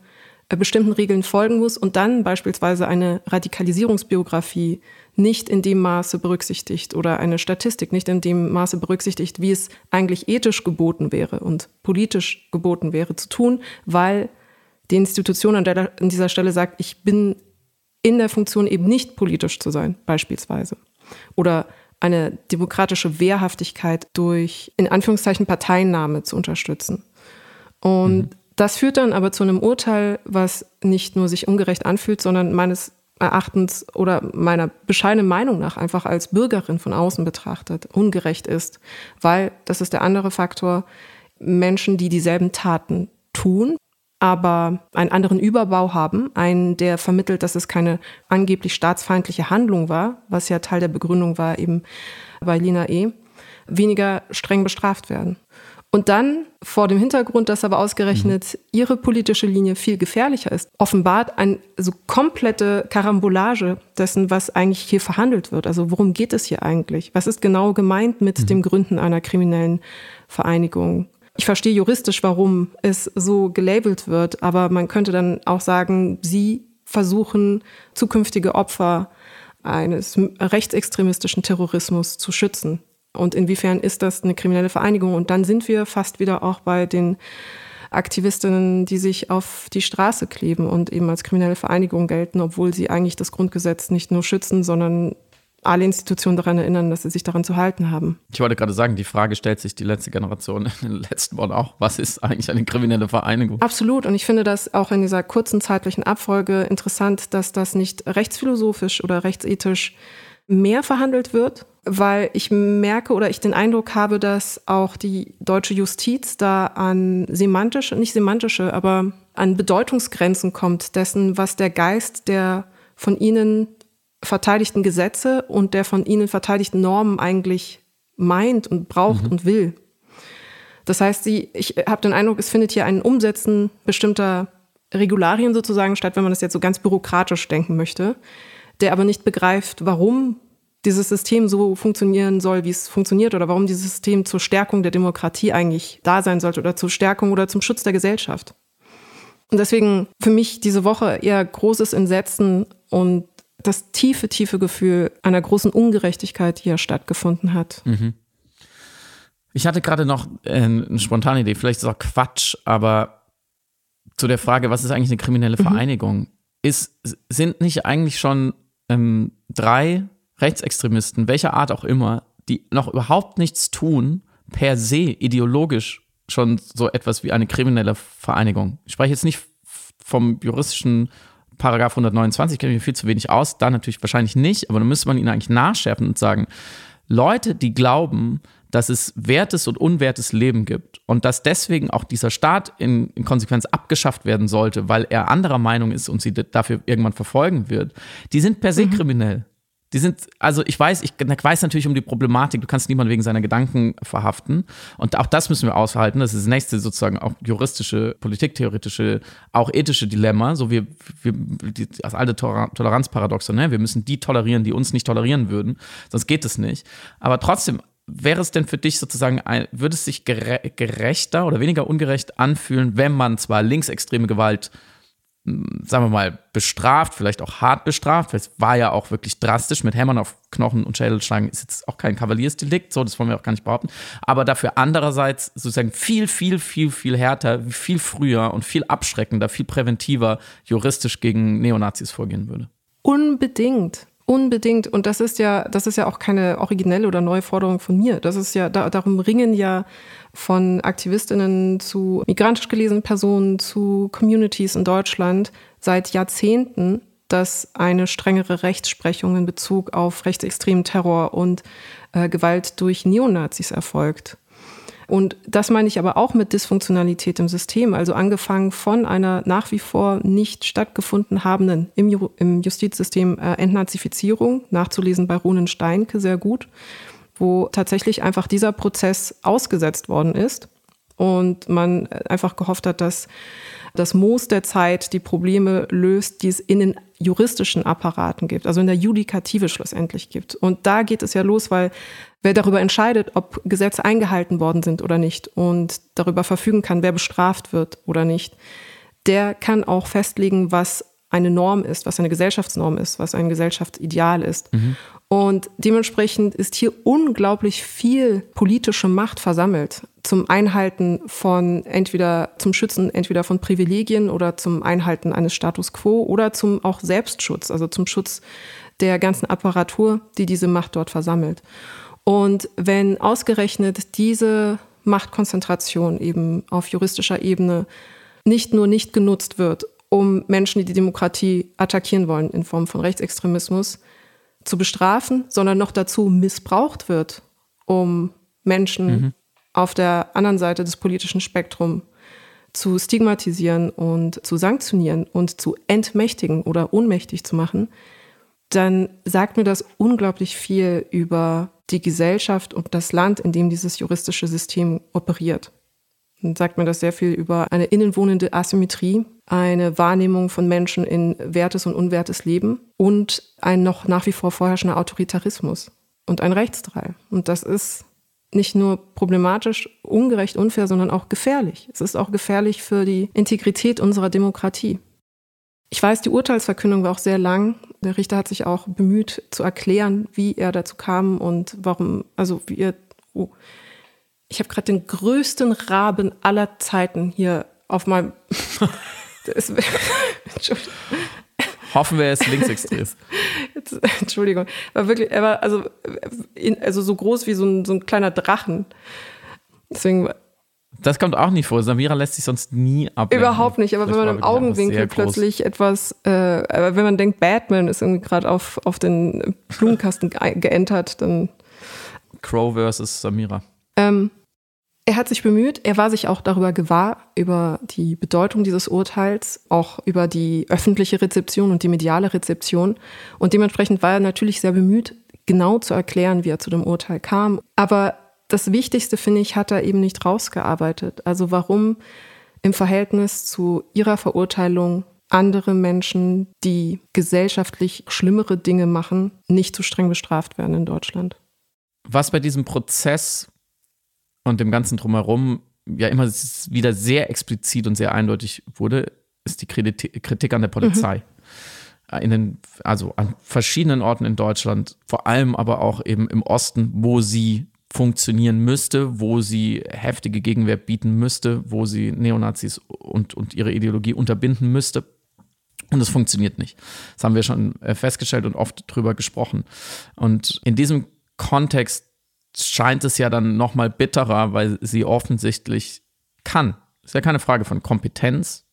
folgen muss und dann beispielsweise eine Radikalisierungsbiografie nicht in dem Maße berücksichtigt oder eine Statistik nicht in dem Maße berücksichtigt, wie es eigentlich ethisch geboten wäre und politisch geboten wäre zu tun, weil die Institution an dieser Stelle sagt, ich bin in der Funktion eben nicht politisch zu sein, beispielsweise. Oder eine demokratische Wehrhaftigkeit durch, in Anführungszeichen, Parteiennahme zu unterstützen. Und das führt dann aber zu einem Urteil, was nicht nur sich ungerecht anfühlt, sondern meines Erachtens oder meiner bescheidenen Meinung nach einfach als Bürgerin von außen betrachtet ungerecht ist. Weil, das ist der andere Faktor, Menschen, die dieselben Taten tun, aber einen anderen Überbau haben, einen, der vermittelt, dass es keine angeblich staatsfeindliche Handlung war, was ja Teil der Begründung war eben bei Lina E., weniger streng bestraft werden. Und dann, vor dem Hintergrund, dass aber ausgerechnet ihre politische Linie viel gefährlicher ist, offenbart eine so komplette Karambolage dessen, was eigentlich hier verhandelt wird. Also worum geht es hier eigentlich? Was ist genau gemeint mit dem Gründen einer kriminellen Vereinigung? Ich verstehe juristisch, warum es so gelabelt wird, aber man könnte dann auch sagen, sie versuchen, zukünftige Opfer eines rechtsextremistischen Terrorismus zu schützen. Und inwiefern ist das eine kriminelle Vereinigung? Und dann sind wir fast wieder auch bei den Aktivistinnen, die sich auf die Straße kleben und eben als kriminelle Vereinigung gelten, obwohl sie eigentlich das Grundgesetz nicht nur schützen, sondern alle Institutionen daran erinnern, dass sie sich daran zu halten haben. Ich wollte gerade sagen, die Frage stellt sich die letzte Generation in den letzten Wochen auch. Was ist eigentlich eine kriminelle Vereinigung? Absolut. Und ich finde das auch in dieser kurzen zeitlichen Abfolge interessant, dass das nicht rechtsphilosophisch oder rechtsethisch mehr verhandelt wird, weil ich merke oder ich den Eindruck habe, dass auch die deutsche Justiz da an aber an Bedeutungsgrenzen kommt dessen, was der Geist der von ihnen verteidigten Gesetze und der von ihnen verteidigten Normen eigentlich meint und braucht und will. Das heißt, ich habe den Eindruck, es findet hier ein Umsetzen bestimmter Regularien sozusagen statt, wenn man das jetzt so ganz bürokratisch denken möchte, der aber nicht begreift, warum dieses System so funktionieren soll, wie es funktioniert oder warum dieses System zur Stärkung der Demokratie eigentlich da sein sollte oder zur Stärkung oder zum Schutz der Gesellschaft. Und deswegen für mich diese Woche eher großes Entsetzen und das tiefe, tiefe Gefühl einer großen Ungerechtigkeit, die ja stattgefunden hat. Mhm. Ich hatte gerade noch eine spontane Idee, vielleicht ist es auch Quatsch, aber zu der Frage, was ist eigentlich eine kriminelle Vereinigung? Sind nicht eigentlich schon 3 Rechtsextremisten, welcher Art auch immer, die noch überhaupt nichts tun, per se ideologisch schon so etwas wie eine kriminelle Vereinigung? Ich spreche jetzt nicht vom juristischen Paragraph 129, kenne ich mir viel zu wenig aus, da natürlich wahrscheinlich nicht, aber dann müsste man ihn eigentlich nachschärfen und sagen, Leute, die glauben, dass es wertes und unwertes Leben gibt und dass deswegen auch dieser Staat in Konsequenz abgeschafft werden sollte, weil er anderer Meinung ist und sie dafür irgendwann verfolgen wird, die sind per se kriminell. Die sind, also ich weiß natürlich um die Problematik, du kannst niemanden wegen seiner Gedanken verhaften und auch das müssen wir aushalten, das ist das nächste sozusagen auch juristische, politiktheoretische, auch ethische Dilemma, so das alte Toleranzparadoxon, ne? Wir müssen die tolerieren, die uns nicht tolerieren würden, sonst geht es nicht, aber trotzdem, wäre es denn für dich sozusagen, würde es sich gerechter oder weniger ungerecht anfühlen, wenn man zwar linksextreme Gewalt sagen wir mal, bestraft, vielleicht auch hart bestraft, weil es war ja auch wirklich drastisch, mit Hämmern auf Knochen und Schädel schlagen ist jetzt auch kein Kavaliersdelikt, so, das wollen wir auch gar nicht behaupten, aber dafür andererseits sozusagen viel, viel, viel, viel härter, viel früher und viel abschreckender, viel präventiver juristisch gegen Neonazis vorgehen würde. Unbedingt. Und das ist ja auch keine originelle oder neue Forderung von mir. Das ist ja, darum ringen ja von Aktivistinnen zu migrantisch gelesenen Personen, zu Communities in Deutschland seit Jahrzehnten, dass eine strengere Rechtsprechung in Bezug auf rechtsextremen Terror und Gewalt durch Neonazis erfolgt. Und das meine ich aber auch mit Dysfunktionalität im System, also angefangen von einer nach wie vor nicht stattgefunden habenden im Justizsystem Entnazifizierung, nachzulesen bei Ronen Steinke sehr gut, wo tatsächlich einfach dieser Prozess ausgesetzt worden ist und man einfach gehofft hat, dass das Moos der Zeit die Probleme löst, die es in den juristischen Apparaten gibt, also in der Judikative schlussendlich gibt. Und da geht es ja los, weil wer darüber entscheidet, ob Gesetze eingehalten worden sind oder nicht und darüber verfügen kann, wer bestraft wird oder nicht, der kann auch festlegen, was eine Norm ist, was eine Gesellschaftsnorm ist, was ein Gesellschaftsideal ist. Mhm. Und dementsprechend ist hier unglaublich viel politische Macht versammelt zum Einhalten von zum Schützen entweder von Privilegien oder zum Einhalten eines Status quo oder zum auch Selbstschutz, also zum Schutz der ganzen Apparatur, die diese Macht dort versammelt. Und wenn ausgerechnet diese Machtkonzentration eben auf juristischer Ebene nicht nur nicht genutzt wird, um Menschen, die die Demokratie attackieren wollen in Form von Rechtsextremismus, zu bestrafen, sondern noch dazu missbraucht wird, um Menschen auf der anderen Seite des politischen Spektrums zu stigmatisieren und zu sanktionieren und zu entmächtigen oder ohnmächtig zu machen, dann sagt mir das unglaublich viel über die Gesellschaft und das Land, in dem dieses juristische System operiert. Dann sagt mir das sehr viel über eine innenwohnende Asymmetrie, eine Wahrnehmung von Menschen in wertes und unwertes Leben und ein noch nach wie vor vorherrschender Autoritarismus und ein Rechtsdrall. Und das ist nicht nur problematisch, ungerecht, unfair, sondern auch gefährlich. Es ist auch gefährlich für die Integrität unserer Demokratie. Ich weiß, die Urteilsverkündung war auch sehr lang. Der Richter hat sich auch bemüht zu erklären, wie er dazu kam und warum, also wie er, Ich habe gerade den größten Raben aller Zeiten hier auf meinem... Hoffen wir, er ist linksextrem. Entschuldigung. Er war also so groß wie so ein kleiner Drachen. Deswegen... Das kommt auch nicht vor. Samira lässt sich sonst nie ablenken. Überhaupt nicht, aber wenn man im Augenwinkel plötzlich etwas, wenn man denkt, Batman ist irgendwie gerade auf den Blumenkasten geentert, dann... Crow versus Samira. Er hat sich bemüht, er war sich auch darüber gewahr, über die Bedeutung dieses Urteils, auch über die öffentliche Rezeption und die mediale Rezeption. Und dementsprechend war er natürlich sehr bemüht, genau zu erklären, wie er zu dem Urteil kam. Aber das Wichtigste, finde ich, hat er eben nicht rausgearbeitet. Also warum im Verhältnis zu ihrer Verurteilung andere Menschen, die gesellschaftlich schlimmere Dinge machen, nicht so streng bestraft werden in Deutschland. Was bei diesem Prozess und dem Ganzen Drumherum ja immer wieder sehr explizit und sehr eindeutig wurde, ist die Kritik an der Polizei. Also an verschiedenen Orten in Deutschland, vor allem aber auch eben im Osten, wo sie funktionieren müsste, wo sie heftige Gegenwehr bieten müsste, wo sie Neonazis und ihre Ideologie unterbinden müsste. Und es funktioniert nicht. Das haben wir schon festgestellt und oft drüber gesprochen. Und in diesem Kontext scheint es ja dann noch mal bitterer, weil sie offensichtlich kann. Ist ja keine Frage von Kompetenz.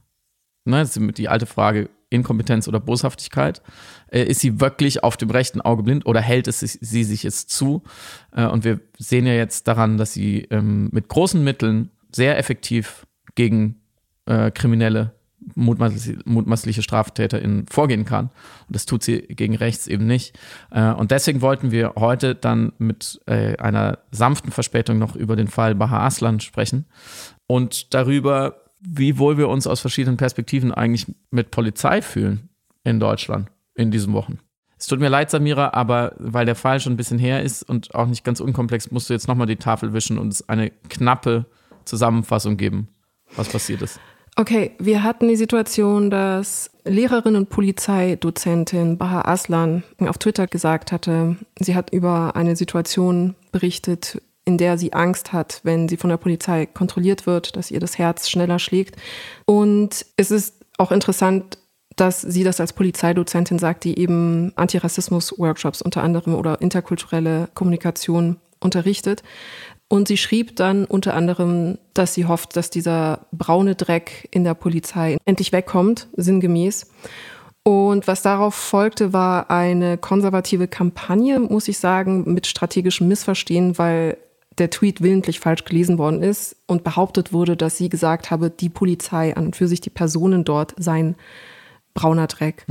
Ne, das ist die alte Frage, Inkompetenz oder Boshaftigkeit. Ist sie wirklich auf dem rechten Auge blind oder hält sie sich jetzt zu? Und wir sehen ja jetzt daran, dass sie mit großen Mitteln sehr effektiv gegen kriminelle, mutmaßliche StraftäterInnen vorgehen kann. Und das tut sie gegen rechts eben nicht. Und deswegen wollten wir heute dann mit einer sanften Verspätung noch über den Fall Baha Aslan sprechen und darüber, wie wohl wir uns aus verschiedenen Perspektiven eigentlich mit Polizei fühlen in Deutschland in diesen Wochen. Es tut mir leid, Samira, aber weil der Fall schon ein bisschen her ist und auch nicht ganz unkomplex, musst du jetzt nochmal die Tafel wischen und es eine knappe Zusammenfassung geben, was passiert ist. Okay, wir hatten die Situation, dass Lehrerin und Polizeidozentin Baha Aslan auf Twitter gesagt hatte, sie hat über eine Situation berichtet, in der sie Angst hat, wenn sie von der Polizei kontrolliert wird, dass ihr das Herz schneller schlägt. Und es ist auch interessant, dass sie das als Polizeidozentin sagt, die eben Antirassismus-Workshops unter anderem oder interkulturelle Kommunikation unterrichtet. Und sie schrieb dann unter anderem, dass sie hofft, dass dieser braune Dreck in der Polizei endlich wegkommt, sinngemäß. Und was darauf folgte, war eine konservative Kampagne, muss ich sagen, mit strategischem Missverstehen, weil der Tweet willentlich falsch gelesen worden ist und behauptet wurde, dass sie gesagt habe, die Polizei an und für sich, die Personen dort seien brauner Dreck.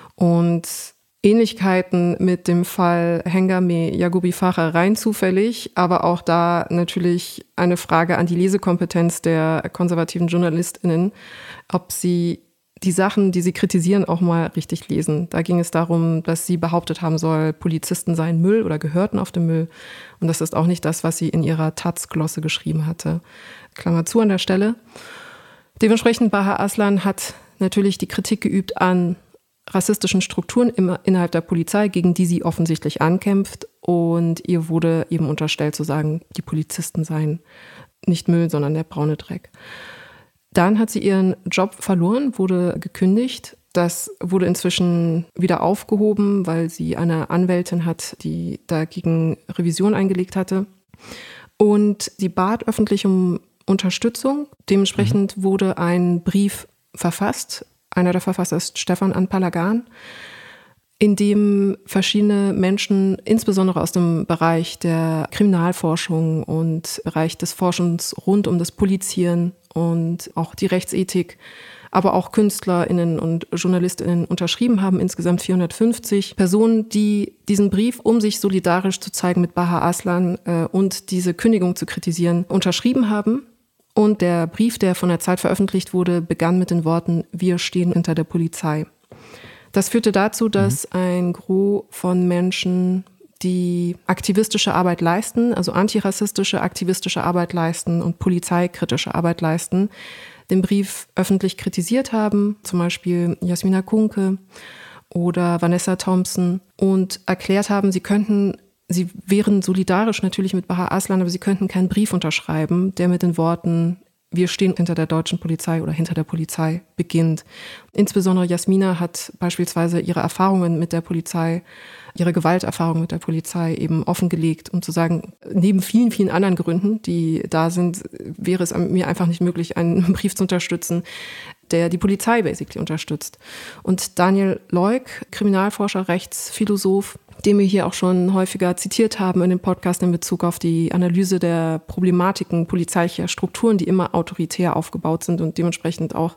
Und Ähnlichkeiten mit dem Fall Hengame Yaghoubi Farah rein zufällig, aber auch da natürlich eine Frage an die Lesekompetenz der konservativen JournalistInnen, ob sie die Sachen, die sie kritisieren, auch mal richtig lesen. Da ging es darum, dass sie behauptet haben soll, Polizisten seien Müll oder gehörten auf dem Müll. Und das ist auch nicht das, was sie in ihrer Taz-Glosse geschrieben hatte. Klammer zu an der Stelle. Dementsprechend Baha Aslan hat natürlich die Kritik geübt an rassistischen Strukturen innerhalb der Polizei, gegen die sie offensichtlich ankämpft. Und ihr wurde eben unterstellt zu sagen, die Polizisten seien nicht Müll, sondern der braune Dreck. Dann hat sie ihren Job verloren, wurde gekündigt. Das wurde inzwischen wieder aufgehoben, weil sie eine Anwältin hat, die dagegen Revision eingelegt hatte. Und sie bat öffentlich um Unterstützung. Dementsprechend wurde ein Brief verfasst. Einer der Verfasser ist Stefan Anpalagan, in dem verschiedene Menschen, insbesondere aus dem Bereich der Kriminalforschung und Bereich des Forschens rund um das Polizieren und auch die Rechtsethik, aber auch KünstlerInnen und JournalistInnen unterschrieben haben, insgesamt 450 Personen, die diesen Brief, um sich solidarisch zu zeigen mit Baha Aslan und diese Kündigung zu kritisieren, unterschrieben haben. Und der Brief, der von der Zeit veröffentlicht wurde, begann mit den Worten: Wir stehen hinter der Polizei. Das führte dazu, dass ein Gros von Menschen, die aktivistische Arbeit leisten, also antirassistische, aktivistische Arbeit leisten und polizeikritische Arbeit leisten, den Brief öffentlich kritisiert haben, zum Beispiel Jasmina Kunke oder Vanessa Thompson, und erklärt haben, sie wären solidarisch natürlich mit Baha Aslan, aber sie könnten keinen Brief unterschreiben, der mit den Worten wir stehen hinter der deutschen Polizei oder hinter der Polizei beginnt. Insbesondere Jasmina hat beispielsweise ihre Erfahrungen mit der Polizei, ihre Gewalterfahrung mit der Polizei eben offengelegt, um zu sagen, neben vielen, vielen anderen Gründen, die da sind, wäre es mir einfach nicht möglich, einen Brief zu unterstützen, der die Polizei basically unterstützt. Und Daniel Leuk, Kriminalforscher, Rechtsphilosoph, den wir hier auch schon häufiger zitiert haben in dem Podcast in Bezug auf die Analyse der Problematiken polizeilicher Strukturen, die immer autoritär aufgebaut sind und dementsprechend auch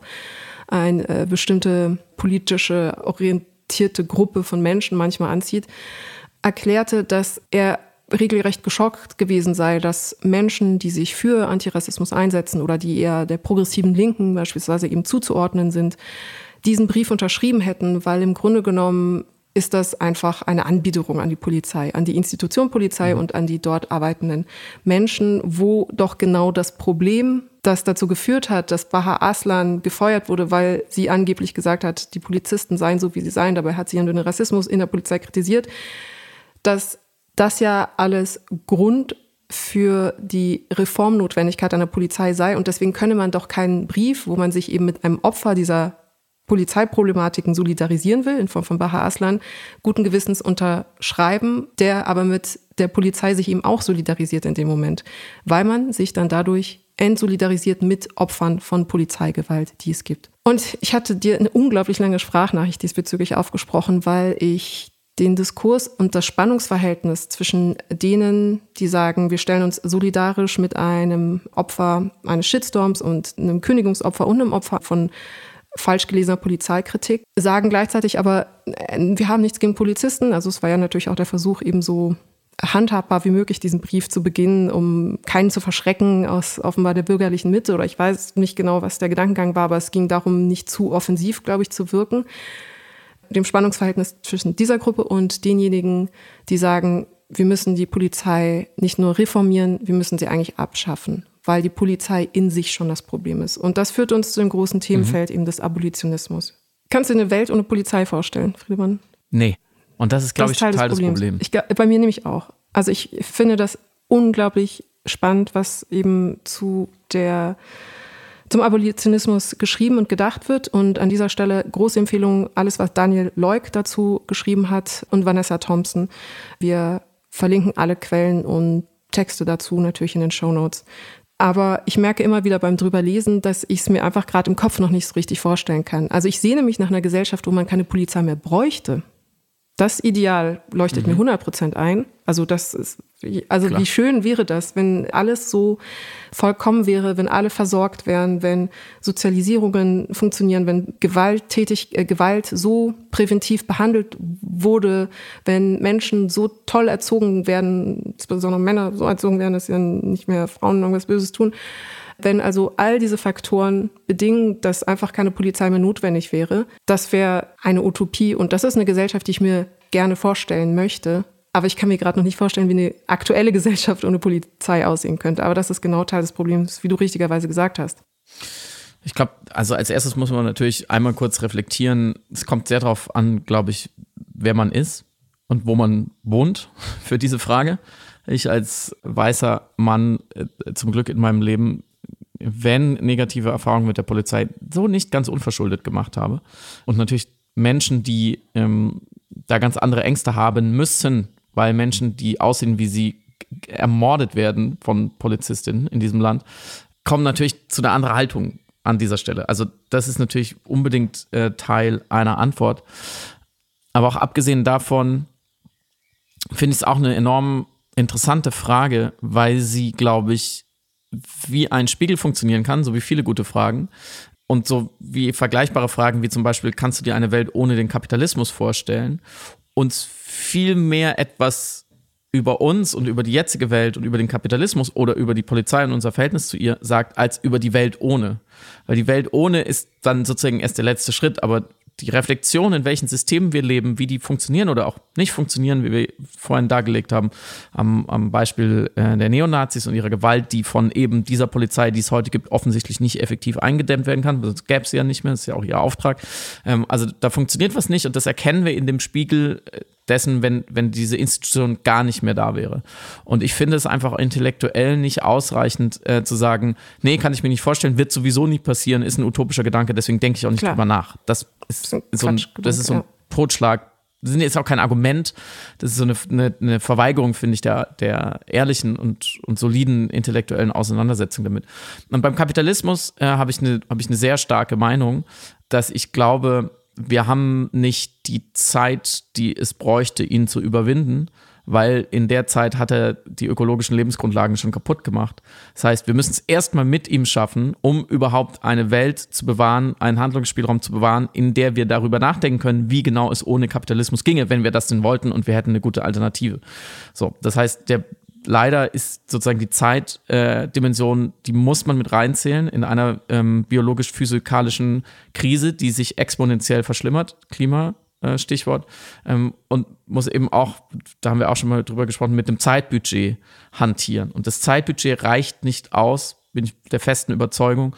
eine bestimmte politische orientierte Gruppe von Menschen manchmal anzieht, erklärte, dass er regelrecht geschockt gewesen sei, dass Menschen, die sich für Antirassismus einsetzen oder die eher der progressiven Linken beispielsweise eben zuzuordnen sind, diesen Brief unterschrieben hätten, weil im Grunde genommen ist das einfach eine Anbiederung an die Polizei, an die Institution Polizei und an die dort arbeitenden Menschen, wo doch genau das Problem, das dazu geführt hat, dass Baha Aslan gefeuert wurde, weil sie angeblich gesagt hat, die Polizisten seien so, wie sie seien. Dabei hat sie den Rassismus in der Polizei kritisiert, dass das ja alles Grund für die Reformnotwendigkeit an der Polizei sei. Und deswegen könne man doch keinen Brief, wo man sich eben mit einem Opfer dieser Polizeiproblematiken solidarisieren will, in Form von Baha Aslan, guten Gewissens unterschreiben, der aber mit der Polizei sich eben auch solidarisiert in dem Moment, weil man sich dann dadurch entsolidarisiert mit Opfern von Polizeigewalt, die es gibt. Und ich hatte dir eine unglaublich lange Sprachnachricht diesbezüglich aufgesprochen, weil ich den Diskurs und das Spannungsverhältnis zwischen denen, die sagen, wir stellen uns solidarisch mit einem Opfer eines Shitstorms und einem Kündigungsopfer und einem Opfer von falsch gelesener Polizeikritik, sagen gleichzeitig aber, wir haben nichts gegen Polizisten. Also es war ja natürlich auch der Versuch, eben so handhabbar wie möglich diesen Brief zu beginnen, um keinen zu verschrecken aus offenbar der bürgerlichen Mitte. Oder ich weiß nicht genau, was der Gedankengang war, aber es ging darum, nicht zu offensiv, glaube ich, zu wirken. Dem Spannungsverhältnis zwischen dieser Gruppe und denjenigen, die sagen, wir müssen die Polizei nicht nur reformieren, wir müssen sie eigentlich abschaffen, weil die Polizei in sich schon das Problem ist. Und das führt uns zu dem großen Themenfeld eben des Abolitionismus. Kannst du dir eine Welt ohne Polizei vorstellen, Friedemann? Nee. Und das ist, glaube ich, Teil des Problems. Bei mir nämlich auch. Also ich finde das unglaublich spannend, was eben zum Abolitionismus geschrieben und gedacht wird. Und an dieser Stelle große Empfehlung, alles, was Daniel Leuk dazu geschrieben hat und Vanessa Thompson. Wir verlinken alle Quellen und Texte dazu natürlich in den Shownotes. Aber ich merke immer wieder beim Drüberlesen, dass ich es mir einfach gerade im Kopf noch nicht so richtig vorstellen kann. Also ich sehne mich nach einer Gesellschaft, wo man keine Polizei mehr bräuchte. Das Ideal leuchtet mir 100% ein. Also Klar. Wie schön wäre das, wenn alles so vollkommen wäre, wenn alle versorgt wären, wenn Sozialisierungen funktionieren, wenn Gewalt so präventiv behandelt wurde, wenn Menschen so toll erzogen werden, insbesondere Männer so erzogen werden, dass sie dann nicht mehr Frauen irgendwas Böses tun. Wenn also all diese Faktoren bedingen, dass einfach keine Polizei mehr notwendig wäre, das wäre eine Utopie und das ist eine Gesellschaft, die ich mir gerne vorstellen möchte. Aber ich kann mir gerade noch nicht vorstellen, wie eine aktuelle Gesellschaft ohne Polizei aussehen könnte. Aber das ist genau Teil des Problems, wie du richtigerweise gesagt hast. Ich glaube, also als erstes muss man natürlich einmal kurz reflektieren. Es kommt sehr darauf an, glaube ich, wer man ist und wo man wohnt für diese Frage. Ich als weißer Mann zum Glück in meinem Leben, wenn negative Erfahrungen mit der Polizei so nicht ganz unverschuldet gemacht habe. Und natürlich Menschen, die da ganz andere Ängste haben müssen, weil Menschen, die aussehen, wie sie ermordet werden von Polizistinnen in diesem Land, kommen natürlich zu einer anderen Haltung an dieser Stelle. Also das ist natürlich unbedingt Teil einer Antwort. Aber auch abgesehen davon finde ich es auch eine enorm interessante Frage, weil sie, glaube ich, wie ein Spiegel funktionieren kann, so wie viele gute Fragen. Und so wie vergleichbare Fragen, wie zum Beispiel, kannst du dir eine Welt ohne den Kapitalismus vorstellen? Uns viel mehr etwas über uns und über die jetzige Welt und über den Kapitalismus oder über die Polizei und unser Verhältnis zu ihr sagt, als über die Welt ohne. Weil die Welt ohne ist dann sozusagen erst der letzte Schritt, aber die Reflexion, in welchen Systemen wir leben, wie die funktionieren oder auch nicht funktionieren, wie wir vorhin dargelegt haben, am Beispiel der Neonazis und ihrer Gewalt, die von eben dieser Polizei, die es heute gibt, offensichtlich nicht effektiv eingedämmt werden kann. Das gäbe es ja nicht mehr, das ist ja auch ihr Auftrag. Also da funktioniert was nicht und das erkennen wir in dem Spiegel dessen, wenn diese Institution gar nicht mehr da wäre. Und ich finde es einfach intellektuell nicht ausreichend zu sagen, nee, kann ich mir nicht vorstellen, wird sowieso nicht passieren, ist ein utopischer Gedanke, deswegen denke ich auch nicht drüber nach. Das ist so ein Totschlag. Das ist auch kein Argument, das ist so eine Verweigerung, finde ich, der ehrlichen und soliden intellektuellen Auseinandersetzung damit. Und beim Kapitalismus habe ich eine sehr starke Meinung, dass ich glaube, wir haben nicht die Zeit, die es bräuchte, ihn zu überwinden, weil in der Zeit hat er die ökologischen Lebensgrundlagen schon kaputt gemacht. Das heißt, wir müssen es erstmal mit ihm schaffen, um überhaupt eine Welt zu bewahren, einen Handlungsspielraum zu bewahren, in der wir darüber nachdenken können, wie genau es ohne Kapitalismus ginge, wenn wir das denn wollten und wir hätten eine gute Alternative. So, das heißt, leider ist sozusagen die Zeitdimension, die muss man mit reinzählen in einer biologisch-physikalischen Krise, die sich exponentiell verschlimmert, Stichwort, und muss eben auch, da haben wir auch schon mal drüber gesprochen, mit dem Zeitbudget hantieren. Und das Zeitbudget reicht nicht aus, bin ich der festen Überzeugung,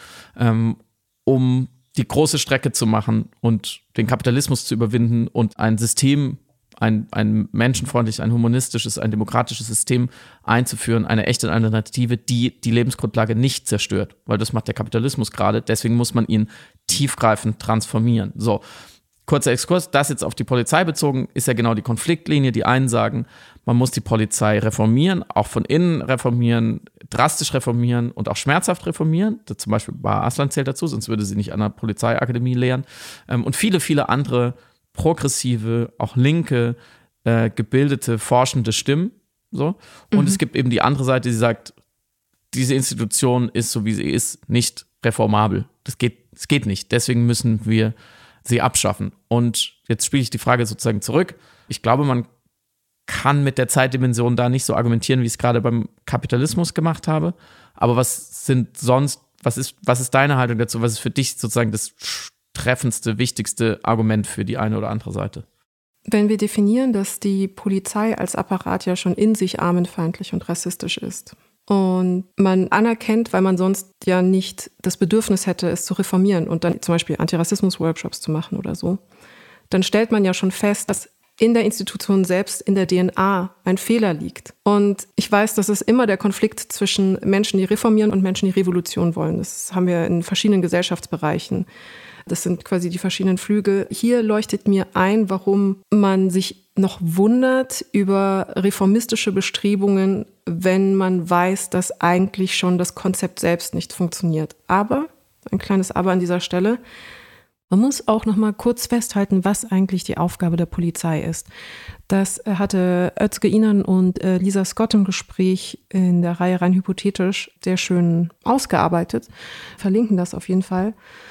um die große Strecke zu machen und den Kapitalismus zu überwinden und ein System, ein menschenfreundliches, ein humanistisches, ein demokratisches System einzuführen, eine echte Alternative, die die Lebensgrundlage nicht zerstört, weil das macht der Kapitalismus gerade, deswegen muss man ihn tiefgreifend transformieren. So, kurzer Exkurs, das jetzt auf die Polizei bezogen, ist ja genau die Konfliktlinie. Die einen sagen, man muss die Polizei reformieren, auch von innen reformieren, drastisch reformieren und auch schmerzhaft reformieren. Das zum Beispiel Bahr Aslan zählt dazu, sonst würde sie nicht an der Polizeiakademie lehren. Und viele, viele andere progressive, auch linke, gebildete, forschende Stimmen. So. Und es gibt eben die andere Seite, die sagt, diese Institution ist, so wie sie ist, nicht reformabel. Das geht nicht. Deswegen müssen wir sie abschaffen. Und jetzt spiele ich die Frage sozusagen zurück. Ich glaube, man kann mit der Zeitdimension da nicht so argumentieren, wie ich es gerade beim Kapitalismus gemacht habe. Aber was ist deine Haltung dazu? Was ist für dich sozusagen das treffendste, wichtigste Argument für die eine oder andere Seite? Wenn wir definieren, dass die Polizei als Apparat ja schon in sich armenfeindlich und rassistisch ist und man anerkennt, weil man sonst ja nicht das Bedürfnis hätte, es zu reformieren und dann zum Beispiel Antirassismus-Workshops zu machen oder so, dann stellt man ja schon fest, dass in der Institution selbst, in der DNA ein Fehler liegt. Und ich weiß, das ist immer der Konflikt zwischen Menschen, die reformieren und Menschen, die Revolution wollen. Das haben wir in verschiedenen Gesellschaftsbereichen. Das sind quasi die verschiedenen Flügel. Hier leuchtet mir ein, warum man sich noch wundert über reformistische Bestrebungen, wenn man weiß, dass eigentlich schon das Konzept selbst nicht funktioniert. Aber, ein kleines Aber an dieser Stelle, man muss auch noch mal kurz festhalten, was eigentlich die Aufgabe der Polizei ist. Das hatte Özge Inan und Lisa Scott im Gespräch in der Reihe Rein Hypothetisch sehr schön ausgearbeitet. Verlinken das auf jeden Fall.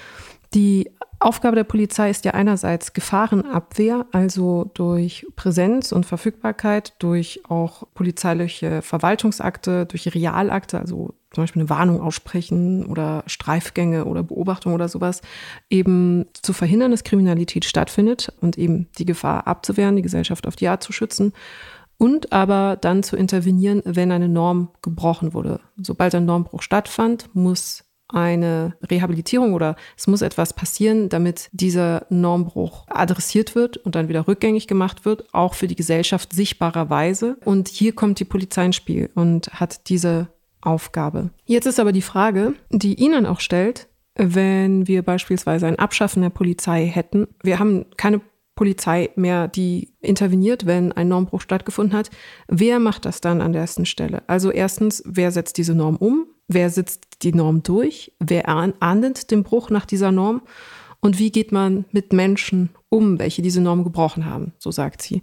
Die Aufgabe der Polizei ist ja einerseits Gefahrenabwehr, also durch Präsenz und Verfügbarkeit, durch auch polizeiliche Verwaltungsakte, durch Realakte, also zum Beispiel eine Warnung aussprechen oder Streifgänge oder Beobachtung oder sowas, eben zu verhindern, dass Kriminalität stattfindet und eben die Gefahr abzuwehren, die Gesellschaft auf die Art zu schützen und aber dann zu intervenieren, wenn eine Norm gebrochen wurde. Sobald ein Normbruch stattfand, muss eine Rehabilitierung oder es muss etwas passieren, damit dieser Normbruch adressiert wird und dann wieder rückgängig gemacht wird, auch für die Gesellschaft sichtbarerweise. Und hier kommt die Polizei ins Spiel und hat diese Aufgabe. Jetzt ist aber die Frage, die Ihnen auch stellt, wenn wir beispielsweise ein Abschaffen der Polizei hätten. Wir haben keine Polizei mehr, die interveniert, wenn ein Normbruch stattgefunden hat. Wer macht das dann an der ersten Stelle? Also erstens, wer setzt diese Norm um? Wer setzt die Norm durch? Wer ahndet den Bruch nach dieser Norm? Und wie geht man mit Menschen um, welche diese Norm gebrochen haben? So sagt sie.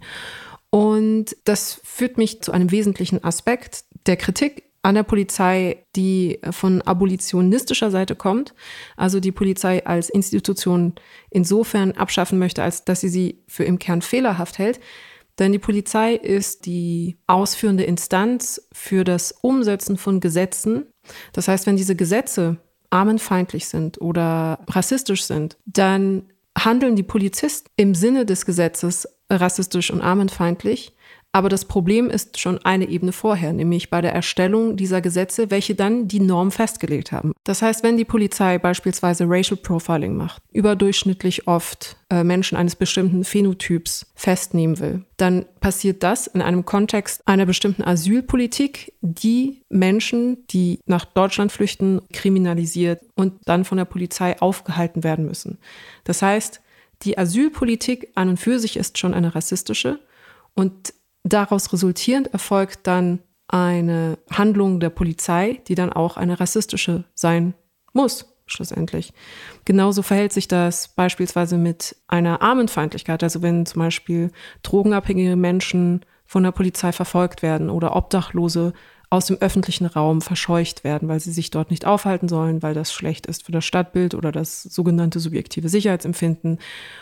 Und das führt mich zu einem wesentlichen Aspekt der Kritik an der Polizei, die von abolitionistischer Seite kommt. Also die Polizei als Institution insofern abschaffen möchte, als dass sie für im Kern fehlerhaft hält. Denn die Polizei ist die ausführende Instanz für das Umsetzen von Gesetzen. Das heißt, wenn diese Gesetze armenfeindlich sind oder rassistisch sind, dann handeln die Polizisten im Sinne des Gesetzes rassistisch und armenfeindlich, Aber das Problem ist schon eine Ebene vorher, nämlich bei der Erstellung dieser Gesetze, welche dann die Norm festgelegt haben. Das heißt, wenn die Polizei beispielsweise Racial Profiling macht, überdurchschnittlich oft Menschen eines bestimmten Phänotyps festnehmen will, dann passiert das in einem Kontext einer bestimmten Asylpolitik, die Menschen, die nach Deutschland flüchten, kriminalisiert und dann von der Polizei aufgehalten werden müssen. Das heißt, die Asylpolitik an und für sich ist schon eine rassistische und daraus resultierend erfolgt dann eine Handlung der Polizei, die dann auch eine rassistische sein muss, schlussendlich. Genauso verhält sich das beispielsweise mit einer Armenfeindlichkeit. Also wenn zum Beispiel drogenabhängige Menschen von der Polizei verfolgt werden oder Obdachlose aus dem öffentlichen Raum verscheucht werden, weil sie sich dort nicht aufhalten sollen, weil das schlecht ist für das Stadtbild oder das sogenannte subjektive Sicherheitsempfinden,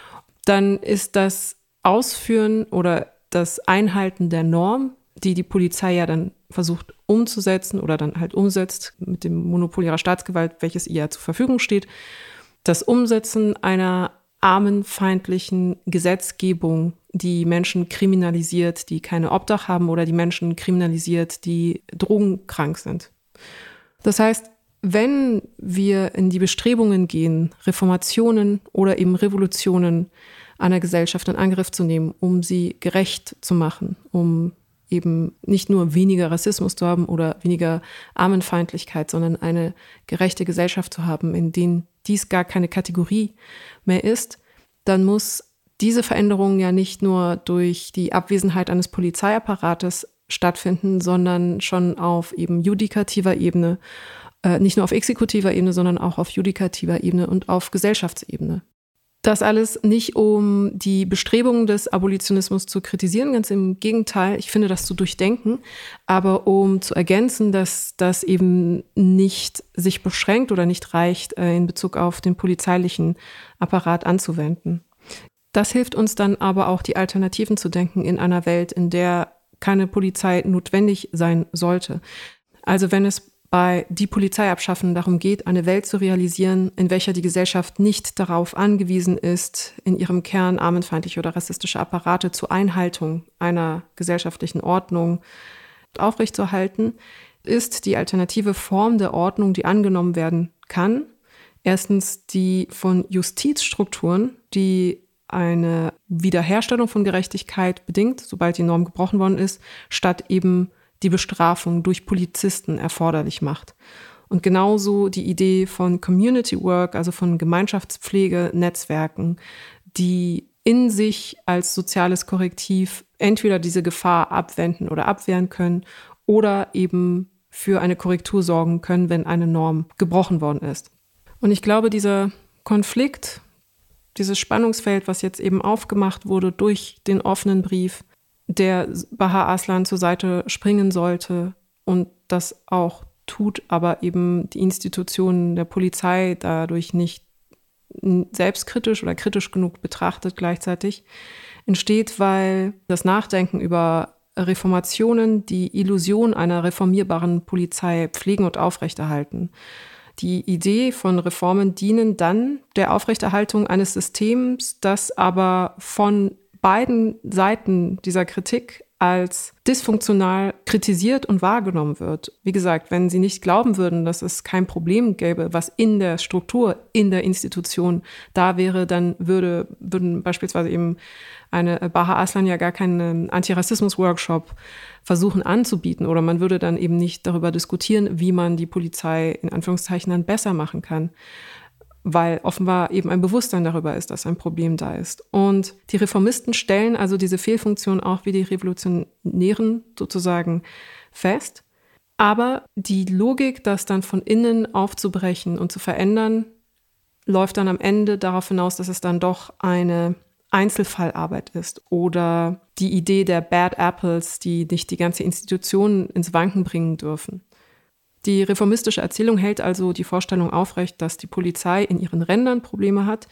dann ist das Ausführen oder das Einhalten der Norm, die die Polizei ja dann versucht umzusetzen oder dann halt umsetzt mit dem Monopol ihrer Staatsgewalt, welches ihr ja zur Verfügung steht, das Umsetzen einer armenfeindlichen Gesetzgebung, die Menschen kriminalisiert, die keine Obdach haben oder die Menschen kriminalisiert, die drogenkrank sind. Das heißt, wenn wir in die Bestrebungen gehen, Reformationen oder eben Revolutionen einer Gesellschaft in Angriff zu nehmen, um sie gerecht zu machen, um eben nicht nur weniger Rassismus zu haben oder weniger Armenfeindlichkeit, sondern eine gerechte Gesellschaft zu haben, in denen dies gar keine Kategorie mehr ist, dann muss diese Veränderung ja nicht nur durch die Abwesenheit eines Polizeiapparates stattfinden, sondern schon auf eben judikativer Ebene, nicht nur auf exekutiver Ebene, sondern auch auf judikativer Ebene und auf Gesellschaftsebene. Das alles nicht, um die Bestrebungen des Abolitionismus zu kritisieren, ganz im Gegenteil, ich finde das zu durchdenken, aber um zu ergänzen, dass das eben nicht sich beschränkt oder nicht reicht, in Bezug auf den polizeilichen Apparat anzuwenden. Das hilft uns dann aber auch, die Alternativen zu denken in einer Welt, in der keine Polizei notwendig sein sollte. Also wenn es bei Die Polizei abschaffen darum geht, eine Welt zu realisieren, in welcher die Gesellschaft nicht darauf angewiesen ist, in ihrem Kern armenfeindliche oder rassistische Apparate zur Einhaltung einer gesellschaftlichen Ordnung aufrechtzuerhalten, ist die alternative Form der Ordnung, die angenommen werden kann, erstens die von Justizstrukturen, die eine Wiederherstellung von Gerechtigkeit bedingt, sobald die Norm gebrochen worden ist, statt eben die Bestrafung durch Polizisten erforderlich macht. Und genauso die Idee von Community Work, also von Gemeinschaftspflegenetzwerken, die in sich als soziales Korrektiv entweder diese Gefahr abwenden oder abwehren können oder eben für eine Korrektur sorgen können, wenn eine Norm gebrochen worden ist. Und ich glaube, dieser Konflikt, dieses Spannungsfeld, was jetzt eben aufgemacht wurde durch den offenen Brief, der Baha Aslan zur Seite springen sollte und das auch tut, aber eben die Institutionen der Polizei dadurch nicht selbstkritisch oder kritisch genug betrachtet gleichzeitig, entsteht, weil das Nachdenken über Reformationen die Illusion einer reformierbaren Polizei pflegen und aufrechterhalten. Die Idee von Reformen dienen dann der Aufrechterhaltung eines Systems, das aber von beiden Seiten dieser Kritik als dysfunktional kritisiert und wahrgenommen wird. Wie gesagt, wenn Sie nicht glauben würden, dass es kein Problem gäbe, was in der Struktur, in der Institution da wäre, dann würden beispielsweise eben eine Baha Aslan ja gar keinen Antirassismus-Workshop versuchen anzubieten oder man würde dann eben nicht darüber diskutieren, wie man die Polizei in Anführungszeichen dann besser machen kann, weil offenbar eben ein Bewusstsein darüber ist, dass ein Problem da ist. Und die Reformisten stellen also diese Fehlfunktion auch wie die Revolutionären sozusagen fest. Aber die Logik, das dann von innen aufzubrechen und zu verändern, läuft dann am Ende darauf hinaus, dass es dann doch eine Einzelfallarbeit ist oder die Idee der Bad Apples, die nicht die ganze Institution ins Wanken bringen dürfen. Die reformistische Erzählung hält also die Vorstellung aufrecht, dass die Polizei in ihren Rändern Probleme hat,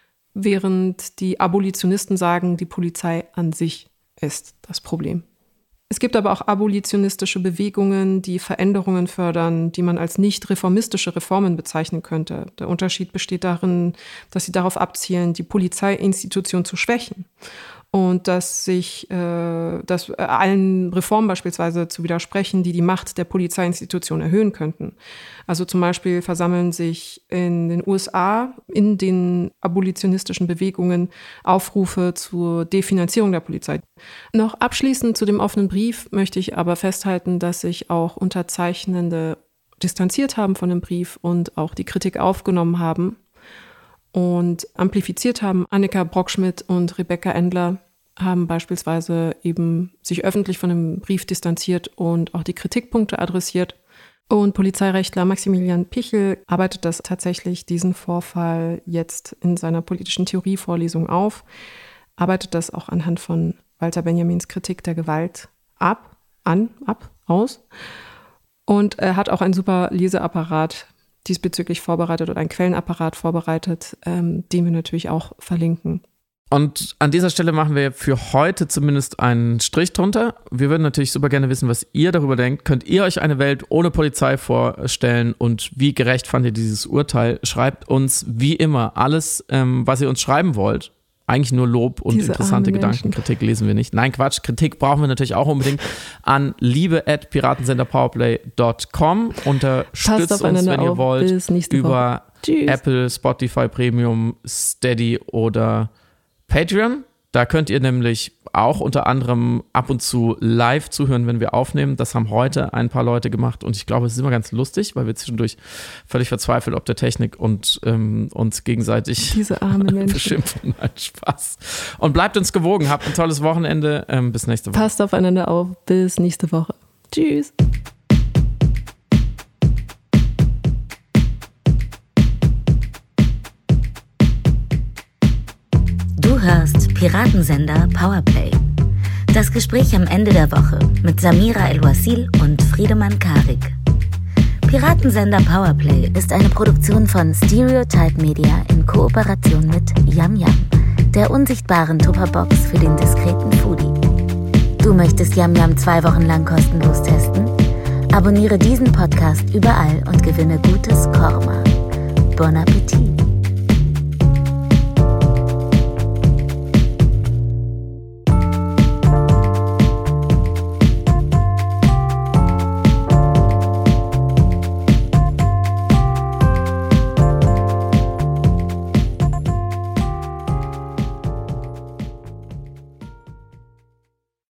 während die Abolitionisten sagen, die Polizei an sich ist das Problem. Es gibt aber auch abolitionistische Bewegungen, die Veränderungen fördern, die man als nicht reformistische Reformen bezeichnen könnte. Der Unterschied besteht darin, dass sie darauf abzielen, die Polizeiinstitution zu schwächen. und dass allen Reformen beispielsweise zu widersprechen, die die Macht der Polizeiinstitution erhöhen könnten. Also zum Beispiel versammeln sich in den USA in den abolitionistischen Bewegungen Aufrufe zur Definanzierung der Polizei. Noch abschließend zu dem offenen Brief möchte ich aber festhalten, dass sich auch Unterzeichnende distanziert haben von dem Brief und auch die Kritik aufgenommen haben und amplifiziert haben. Annika Brockschmidt und Rebecca Endler haben beispielsweise eben sich öffentlich von dem Brief distanziert und auch die Kritikpunkte adressiert. Und Polizeirechtler Maximilian Pichel arbeitet das tatsächlich, diesen Vorfall jetzt in seiner politischen Theorievorlesung auf, arbeitet das auch anhand von Walter Benjamins Kritik der Gewalt aus. Und er hat auch einen super Leseapparat diesbezüglich vorbereitet oder einen Quellenapparat vorbereitet, den wir natürlich auch verlinken. Und an dieser Stelle machen wir für heute zumindest einen Strich drunter. Wir würden natürlich super gerne wissen, was ihr darüber denkt. Könnt ihr euch eine Welt ohne Polizei vorstellen und wie gerecht fand ihr dieses Urteil? Schreibt uns wie immer alles, was ihr uns schreiben wollt. Eigentlich nur Lob und diese interessante Gedanken. Kritik lesen wir nicht. Nein, Quatsch. Kritik brauchen wir natürlich auch unbedingt an liebe@piratensenderpowerplay.com. Unterstützt uns, wenn ihr wollt, über Apple, Spotify Premium, Steady oder Patreon. Da könnt ihr nämlich auch unter anderem ab und zu live zuhören, wenn wir aufnehmen. Das haben heute ein paar Leute gemacht und ich glaube, es ist immer ganz lustig, weil wir zwischendurch völlig verzweifelt ob der Technik und uns gegenseitig diese armen Menschen beschimpfen. Nein, Spaß. Und bleibt uns gewogen. Habt ein tolles Wochenende. Bis nächste Woche. Passt aufeinander auf. Bis nächste Woche. Tschüss. Du hörst Piratensender Powerplay. Das Gespräch am Ende der Woche mit Samira El-Wasil und Friedemann Karik. Piratensender Powerplay ist eine Produktion von Stereotype Media in Kooperation mit Yam Yam, der unsichtbaren Tupperbox für den diskreten Foodie. Du möchtest Yam Yam 2 Wochen lang kostenlos testen? Abonniere diesen Podcast überall und gewinne gutes Korma. Bon Appetit!